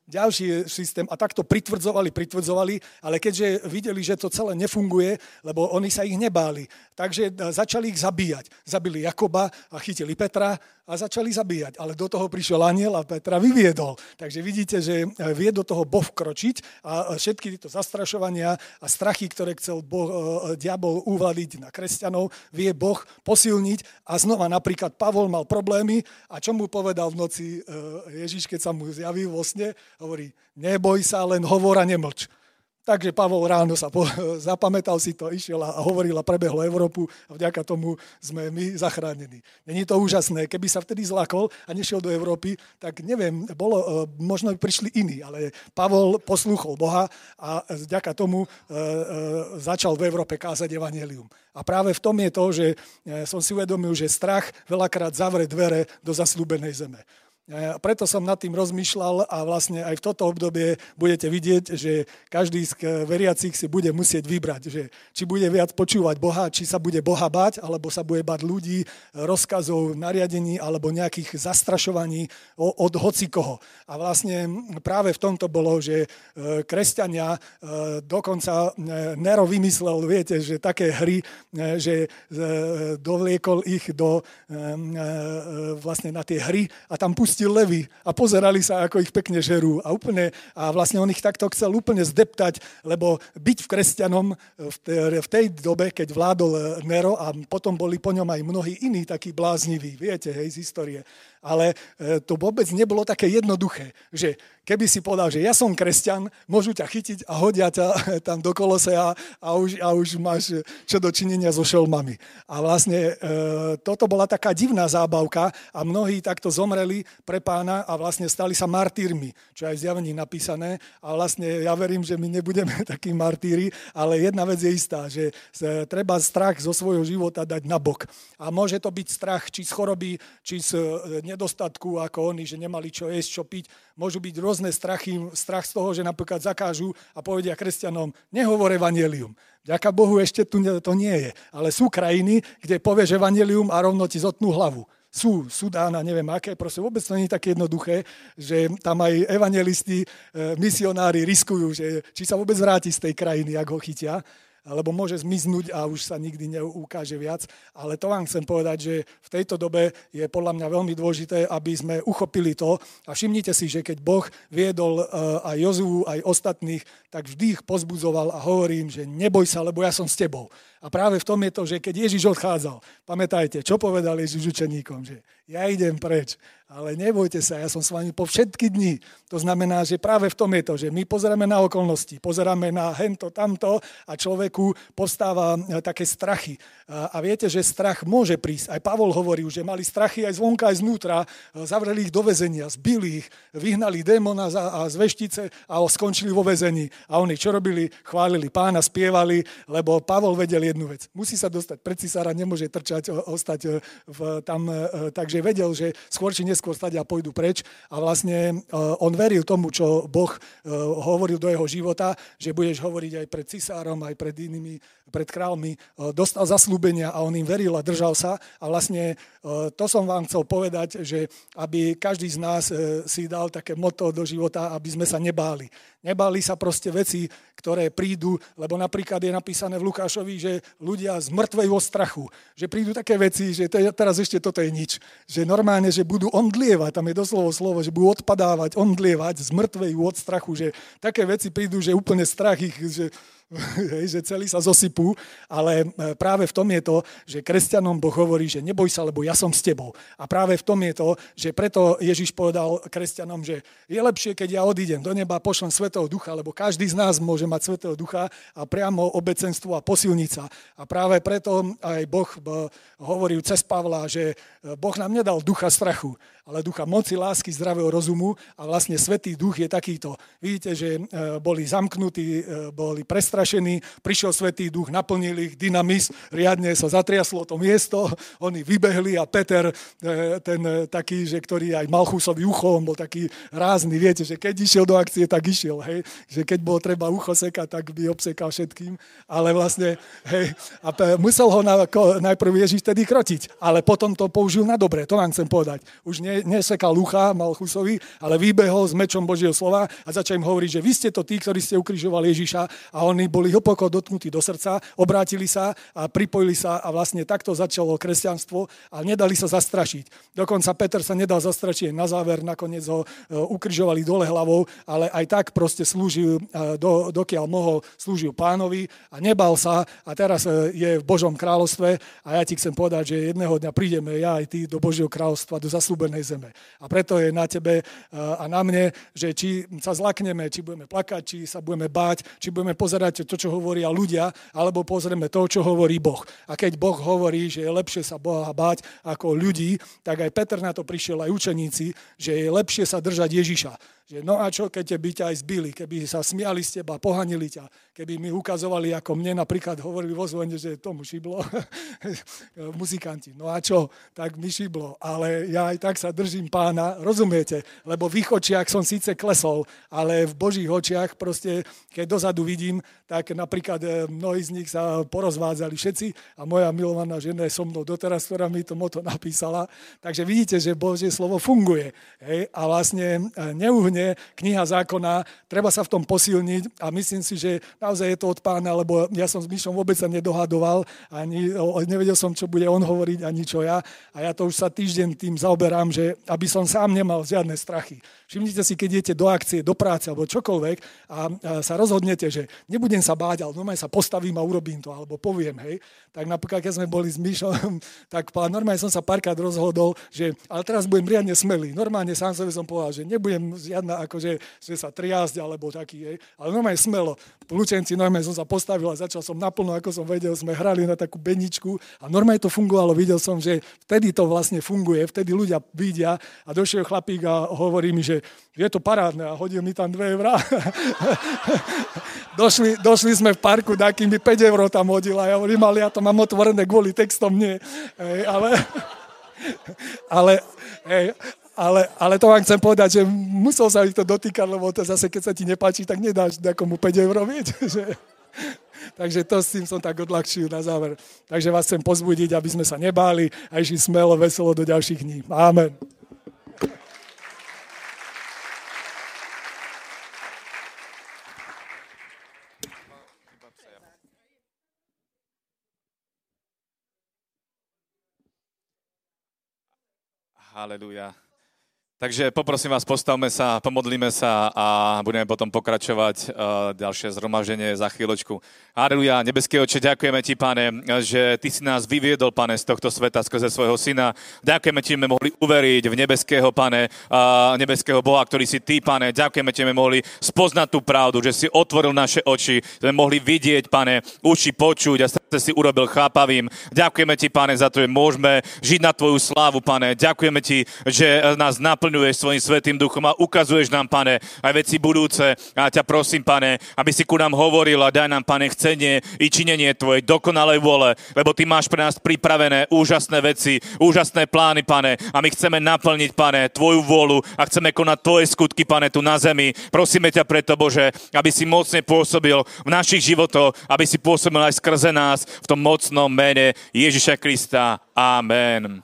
ďalší systém a takto pritvrdzovali, pritvrdzovali, ale keďže videli, že to celé nefunguje, lebo oni sa ich nebáli, takže začali ich zabíjať. Zabili Jakoba a chytili Petra a začali zabíjať, ale do toho prišiel anjel a Petra vyviedol. Takže vidíte, že vie do toho Boh vkročiť a všetky tieto zastrašovania a strachy, ktoré chcel boh, diabol uvaliť na kresťanov, vie Boh posilniť a znova napríklad Pavol mal problémy a čo mu povedal v noci Ježiš, keď sa mu zjavil vo sne, hovorí, neboj sa, len hovor a nemlč. Takže Pavol ráno sa po, zapamätal si to, išiel a hovoril a prebehlo Európu a vďaka tomu sme my zachránení. Není to úžasné, keby sa vtedy zlakol a nešiel do Európy, tak neviem, bolo, možno by prišli iní, ale Pavol poslúchol Boha a vďaka tomu e, e, začal v Európe kázať evanjelium. A práve v tom je to, že som si uvedomil, že strach veľakrát zavre dvere do zasľúbenej zeme. A preto som nad tým rozmýšľal a vlastne aj v toto obdobie budete vidieť, že každý z veriacich si bude musieť vybrať, že či bude viac počúvať Boha, či sa bude Boha bať, alebo sa bude bať ľudí, rozkazov, nariadení alebo nejakých zastrašovaní od hocikoho. A vlastne práve v tomto bolo, že kresťania, dokonca Nero vymyslel, viete, že také hry, že dovliekol ich do vlastne na tie hry a tam pustil levy a pozerali sa, ako ich pekne žerú. A úplne, a vlastne on ich takto chcel úplne zdeptať, lebo byť v kresťanom v tej, v tej dobe, keď vládol Nero a potom boli po ňom aj mnohí iní takí blázniví, viete, hej, z histórie. Ale to vôbec nebolo také jednoduché, že keby si povedal, že ja som kresťan, môžu ťa chytiť a hodia ťa tam do kolosea a už, a už máš čo dočinenia so šelmami. A vlastne e, toto bola taká divná zábavka a mnohí takto zomreli pre Pána a vlastne stali sa martýrmi, čo je aj v Zjavení napísané. A vlastne ja verím, že my nebudeme takí martýri, ale jedna vec je istá, že treba strach zo svojho života dať na bok. A môže to byť strach či z choroby, či z nedostatku, ako oni, že nemali čo jesť, čo piť. Môžu byť rôzne strachy, strach z toho, že napríklad zakážu a povedia kresťanom, nehovor evanjelium. Vďaka Bohu ešte tu to nie je. Ale sú krajiny, kde povieš evanjelium a rovno ti zotnú hlavu. Sú, Sudán a neviem aké, proste vôbec to nie je také jednoduché, že tam aj evanjelisti, misionári riskujú, že či sa vôbec vráti z tej krajiny, ak ho chytia, alebo môže zmiznúť a už sa nikdy neukáže viac. Ale to vám chcem povedať, že v tejto dobe je podľa mňa veľmi dôležité, aby sme uchopili to a všimnite si, že keď Boh viedol aj Jozuu, aj ostatných, tak vždy ich pozbudzoval a hovorím, že neboj sa, lebo ja som s tebou. A práve v tom je to, že keď Ježiš odchádzal, pamätajte, čo povedal Ježiš učeníkom, že ja idem preč, ale nebojte sa, ja som s vami po všetky dni. To znamená, že práve v tom je to, že my pozeráme na okolnosti, pozeráme na hento, tamto a človeku postáva také strachy. A viete, že strach môže prísť. Aj Pavol hovoril, že mali strachy aj zvonka, aj znútra, zavreli ich do väzenia, zbili ich, vyhnali démona a z veštice a skončili vo väzení. A oni čo robili? Chválili Pána, spievali, lebo Pavol vedel jednu vec. Musí sa dostať pred cisára, nemôže trčať, ostať v, tam, takže vedel, že skôr či neskôr stať a pôjdu preč. A vlastne on veril tomu, čo Boh hovoril do jeho života, že budeš hovoriť aj pred cisárom, aj pred inými, pred kráľmi. Dostal zasľúbenia a on im veril a držal sa. A vlastne to som vám chcel povedať, že aby každý z nás si dal také motto do života, aby sme sa nebáli. Nebáli sa proste veci, ktoré prídu, lebo napríklad je napísané v Lukášovi, že ľudia zmŕtvajú od strachu. Že prídu také veci, že teraz ešte toto je nič. Že normálne, že budú omdlievať, tam je doslovo slovo, že budú odpadávať, omdlievať, zmŕtvajú od strachu, že také veci prídu, že úplne strach ich, že hej, že celí sa zosypú, ale práve v tom je to, že kresťanom Boh hovorí, že neboj sa, lebo ja som s tebou. A práve v tom je to, že preto Ježiš povedal kresťanom, že je lepšie, keď ja odídem do neba, pošlem Svätého Ducha, lebo každý z nás môže mať Svätého Ducha a priamo obecenstvo a posilniť sa. A práve preto aj Boh hovoril cez Pavla, že Boh nám nedal ducha strachu, ale ducha moci, lásky, zdravého rozumu a vlastne Svätý Duch je takýto. Vidíte, že boli zamknutí, boli prestrašení, zastrašení, prišiel Svätý Duch, naplnil ich dynamis, riadne sa zatriaslo to miesto, oni vybehli a Peter, ten taký, že ktorý aj Malchusovi ucho, on bol taký rázny, viete, že keď išiel do akcie, tak išiel, hej, že keď bolo treba ucho sekať, tak by obsekal všetkým, ale vlastne, hej, a musel ho na, najprv Ježiš tedy krotiť, ale potom to použil na dobre, to vám chcem povedať. Už ne, nesekal ucha Malchusovi, ale vybehol s mečom Božieho slova a začal im hovoriť, že vy ste to tí, ktorí ste ukrižovali Ježiša, a oni boli hlboko dotknutí do srdca, obrátili sa a pripojili sa a vlastne takto začalo kresťanstvo a nedali sa zastrašiť. Dokonca Peter sa nedal zastrašiť, na záver nakoniec ho ukrižovali dole hlavou, ale aj tak proste slúžil, do, dokiaľ mohol, slúžil Pánovi a nebal sa a teraz je v Božom kráľovstve a ja ti chcem povedať, že jedného dňa prídeme ja aj ty do Božieho kráľovstva, do zasľúbenej zeme. A preto je na tebe a na mne, že či sa zlakneme, či budeme plakať, či sa budeme báť, či budeme pozerať to, čo hovoria ľudia, alebo pozrieme to, čo hovorí Boh. A keď Boh hovorí, že je lepšie sa Boha báť ako ľudí, tak aj Peter na to prišiel, aj učeníci, že je lepšie sa držať Ježiša. Že no a čo, keď by ťa aj zbili, keby sa smiali z teba, pohanili ťa, keby mi ukazovali, ako mne napríklad hovorili vo zvone, že tomu šiblo muzikanti. No a čo, tak mi šiblo, ale ja aj tak sa držím Pána, rozumiete? Lebo v ich očiach som síce klesol, ale v Božích očiach proste, keď dozadu vidím, tak napríklad mnohí z nich sa porozvádzali všetci a moja milovaná žena je so mnou doteraz, ktorá mi to moto napísala. Takže vidíte, že Božie slovo funguje. Hej? A vlastne neuhne kniha zákona, treba sa v tom posilniť a myslím si, že naozaj je to od Pána, lebo ja som s Mišom vôbec sa nedohadoval, ani nevedel som, čo bude on hovoriť, ani čo ja. A ja to už sa týždeň tým zaoberám, že aby som sám nemal žiadne strachy. Všimnite si, keď idete do akcie, do práce alebo čokoľvek a sa rozhodnete, že nebudem sa báť, ale normálne sa postavím a urobím to, alebo poviem, hej. Tak napríklad, keď sme boli s Mišom, tak normálne som sa párkrát rozhodol, že ale teraz budem riadne smelý. Normálne sám sebe som povedal, že nebudem žiadna akože že sa triasť alebo taký, hej. Ale normálne smelo. V Lučenci normálne som sa postavil a začal som naplno, ako som vedel, sme hrali na takú beničku a normálne to fungovalo. Videl som, že vtedy to vlastne funguje, vtedy ľudia vidia a došiel chlapík a hovorí mi, že je to parádne a hodil mi tam dve eurá. došli, došli sme v parku, taký mi päť eur tam hodil a ja hovorím, ale ja to mám otvorené kvôli textom, nie. Hej, ale, ale, hej, ale, ale to vám chcem povedať, že musel sa ich to dotýkať, lebo to zase, keď sa ti nepáči, tak nedáš nejakomu päť eur, viete, že... Takže to s tým som tak odľahčil na záver. Takže vás chcem pozbudiť, aby sme sa nebáli a išli smelo, veselo do ďalších dní. Amen. Halelúja. Takže poprosím vás, postavme sa, pomodlíme sa a budeme potom pokračovať uh, ďalšie zhromaždenie za chvíľočku. Halelúja, nebeský Otče, ďakujeme Ti, Pane, že Ty si nás vyviedol, Pane, z tohto sveta skrze svojho Syna. Ďakujeme Ti, že sme mohli uveriť v nebeského, Pane, uh, nebeského Boha, ktorý si Ty, Pane. Ďakujeme Ti, že sme mohli spoznať tú pravdu, že si otvoril naše oči, že sme mohli vidieť, Pane, uši počuť a srdce si urobil chápavým. Ďakujeme Ti, Pane, za to, že môžeme žiť na Tvoju slávu, Pane. Ďakujeme Ti, že nás naplňuješ svojím Svätým Duchom a ukazuješ nám, Pane, aj veci budúce. A ťa prosím, Pane, aby si ku nám hovoril a daj nám, Pane, chcenie i činenie Tvojej dokonalej vôle, lebo Ty máš pre nás pripravené úžasné veci, úžasné plány, Pane, a my chceme naplniť, Pane, Tvoju vôľu a chceme konať Tvoje skutky, Pane, tu na zemi. Prosíme ťa preto, Bože, aby si mocne pôsobil v našich životoch, aby si pôsobil aj skrze nás v tom mocnom mene Ježiša Krista. Amen.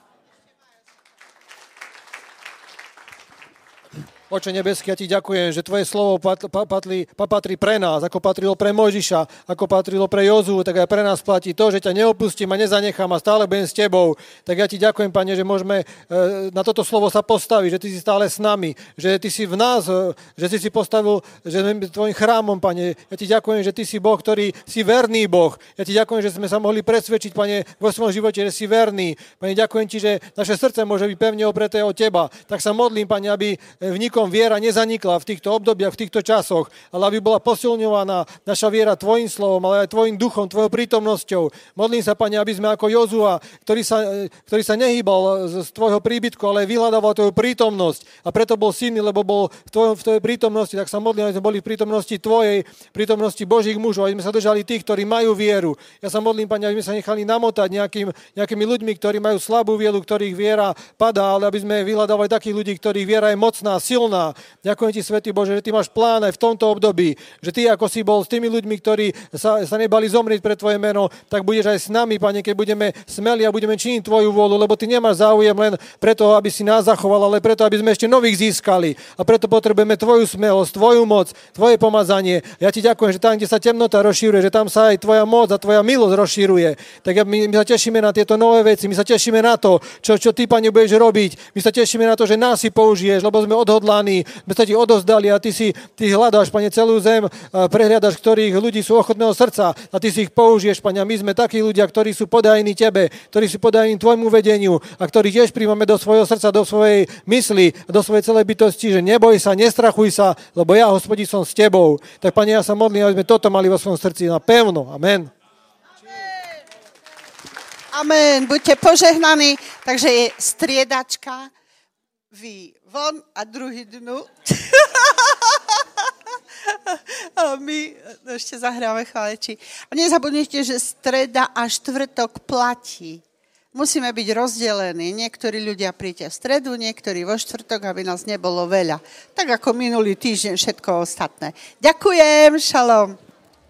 Oče nebeský, ja Ti ďakujem, že Tvoje slovo patrí, patrí pre nás, ako patrilo pre Mojžiša, ako patrilo pre Jozú, tak aj pre nás platí to, že ťa neopustím a nezanechám a stále budem s Tebou. Tak ja Ti ďakujem, Pane, že môžeme na toto slovo sa postaviť, že Ty si stále s nami, že Ty si v nás, že Ty si postavil, že sme Tvojim chrámom, Pane. Ja Ti ďakujem, že Ty si Boh, ktorý si verný Boh. Ja Ti ďakujem, že sme sa mohli presvedčiť, Pane, vo svojom živote, že si verný. Pane, ďakujem Ti, že naše srdce môže byť pevne opreté od Teba. Tak sa modlím, Pane, aby vnikol vekom viera nezanikla v týchto obdobiach, v týchto časoch, ale aby bola posilňovaná naša viera tvojim slovom, ale aj tvojim duchom, tvojou prítomnosťou. Modlím sa, Pane, aby sme ako Jozua, ktorý sa, ktorý sa nehýbal z tvojho príbytku, ale vyhľadával tvoju prítomnosť a preto bol silný, lebo bol v, tvojom, v tvojej prítomnosti, tak sa modlím, aby sme boli v prítomnosti tvojej, prítomnosti Božích mužov, aby sme sa držali tých, ktorí majú vieru. Ja sa modlím, Pane, aby sme sa nechali namotať nejakým, nejakými ľuďmi, ktorí majú slabú vieru, ktorých viera padá, ale aby sme vyhľadávali takých ľudí, ktorých viera je mocná, silná. Ďakujem ti, Svätý Bože, že ty máš plán aj v tomto období, že ty, ako si bol s tými ľuďmi, ktorí sa, sa nebali zomrieť pre tvoje meno, tak budeš aj s nami, Pane, keď budeme smeli a budeme činiť tvoju vôľu, lebo ty nemáš záujem len preto, aby si nás zachoval, ale preto, aby sme ešte nových získali. A preto potrebujeme tvoju smelosť, tvoju moc, tvoje pomazanie. Ja ti ďakujem, že tam, kde sa temnota rozšíruje, že tam sa aj tvoja moc a tvoja milosť rozšíruje. Tak my, my sa tešíme na tieto nové veci, my sa tešíme na to, čo, čo ty, Pane, budeš robiť. My sa tešíme na to, že nás si použiješ, lebo sme odhodlaní, my sa ti odozdali a ty si ty hľadáš, Pane, celú zem, prehliadaš, ktorých ľudí sú ochotného srdca a ty si ich použiješ, Pane. My sme takí ľudia, ktorí sú podajní tebe, ktorí sú podajní tvojmu vedeniu a ktorí tiež príjmame do svojho srdca, do svojej mysli, do svojej celej bytosti, že neboj sa, nestrachuj sa, lebo ja, Hospodin, som s tebou. Tak, Pane, ja sa modlím, aby sme toto mali vo svojom srdci na pevno. Amen. Amen. Buďte požehnaní. Takže je striedačka. Vy von a druhý dnu. A my ešte zahráme chváleči. A nezabudnite, že streda a štvrtok platí. Musíme byť rozdelení. Niektorí ľudia príďte v stredu, niektorí vo štvrtok, aby nás nebolo veľa. Tak ako minulý týždeň všetko ostatné. Ďakujem, šalom.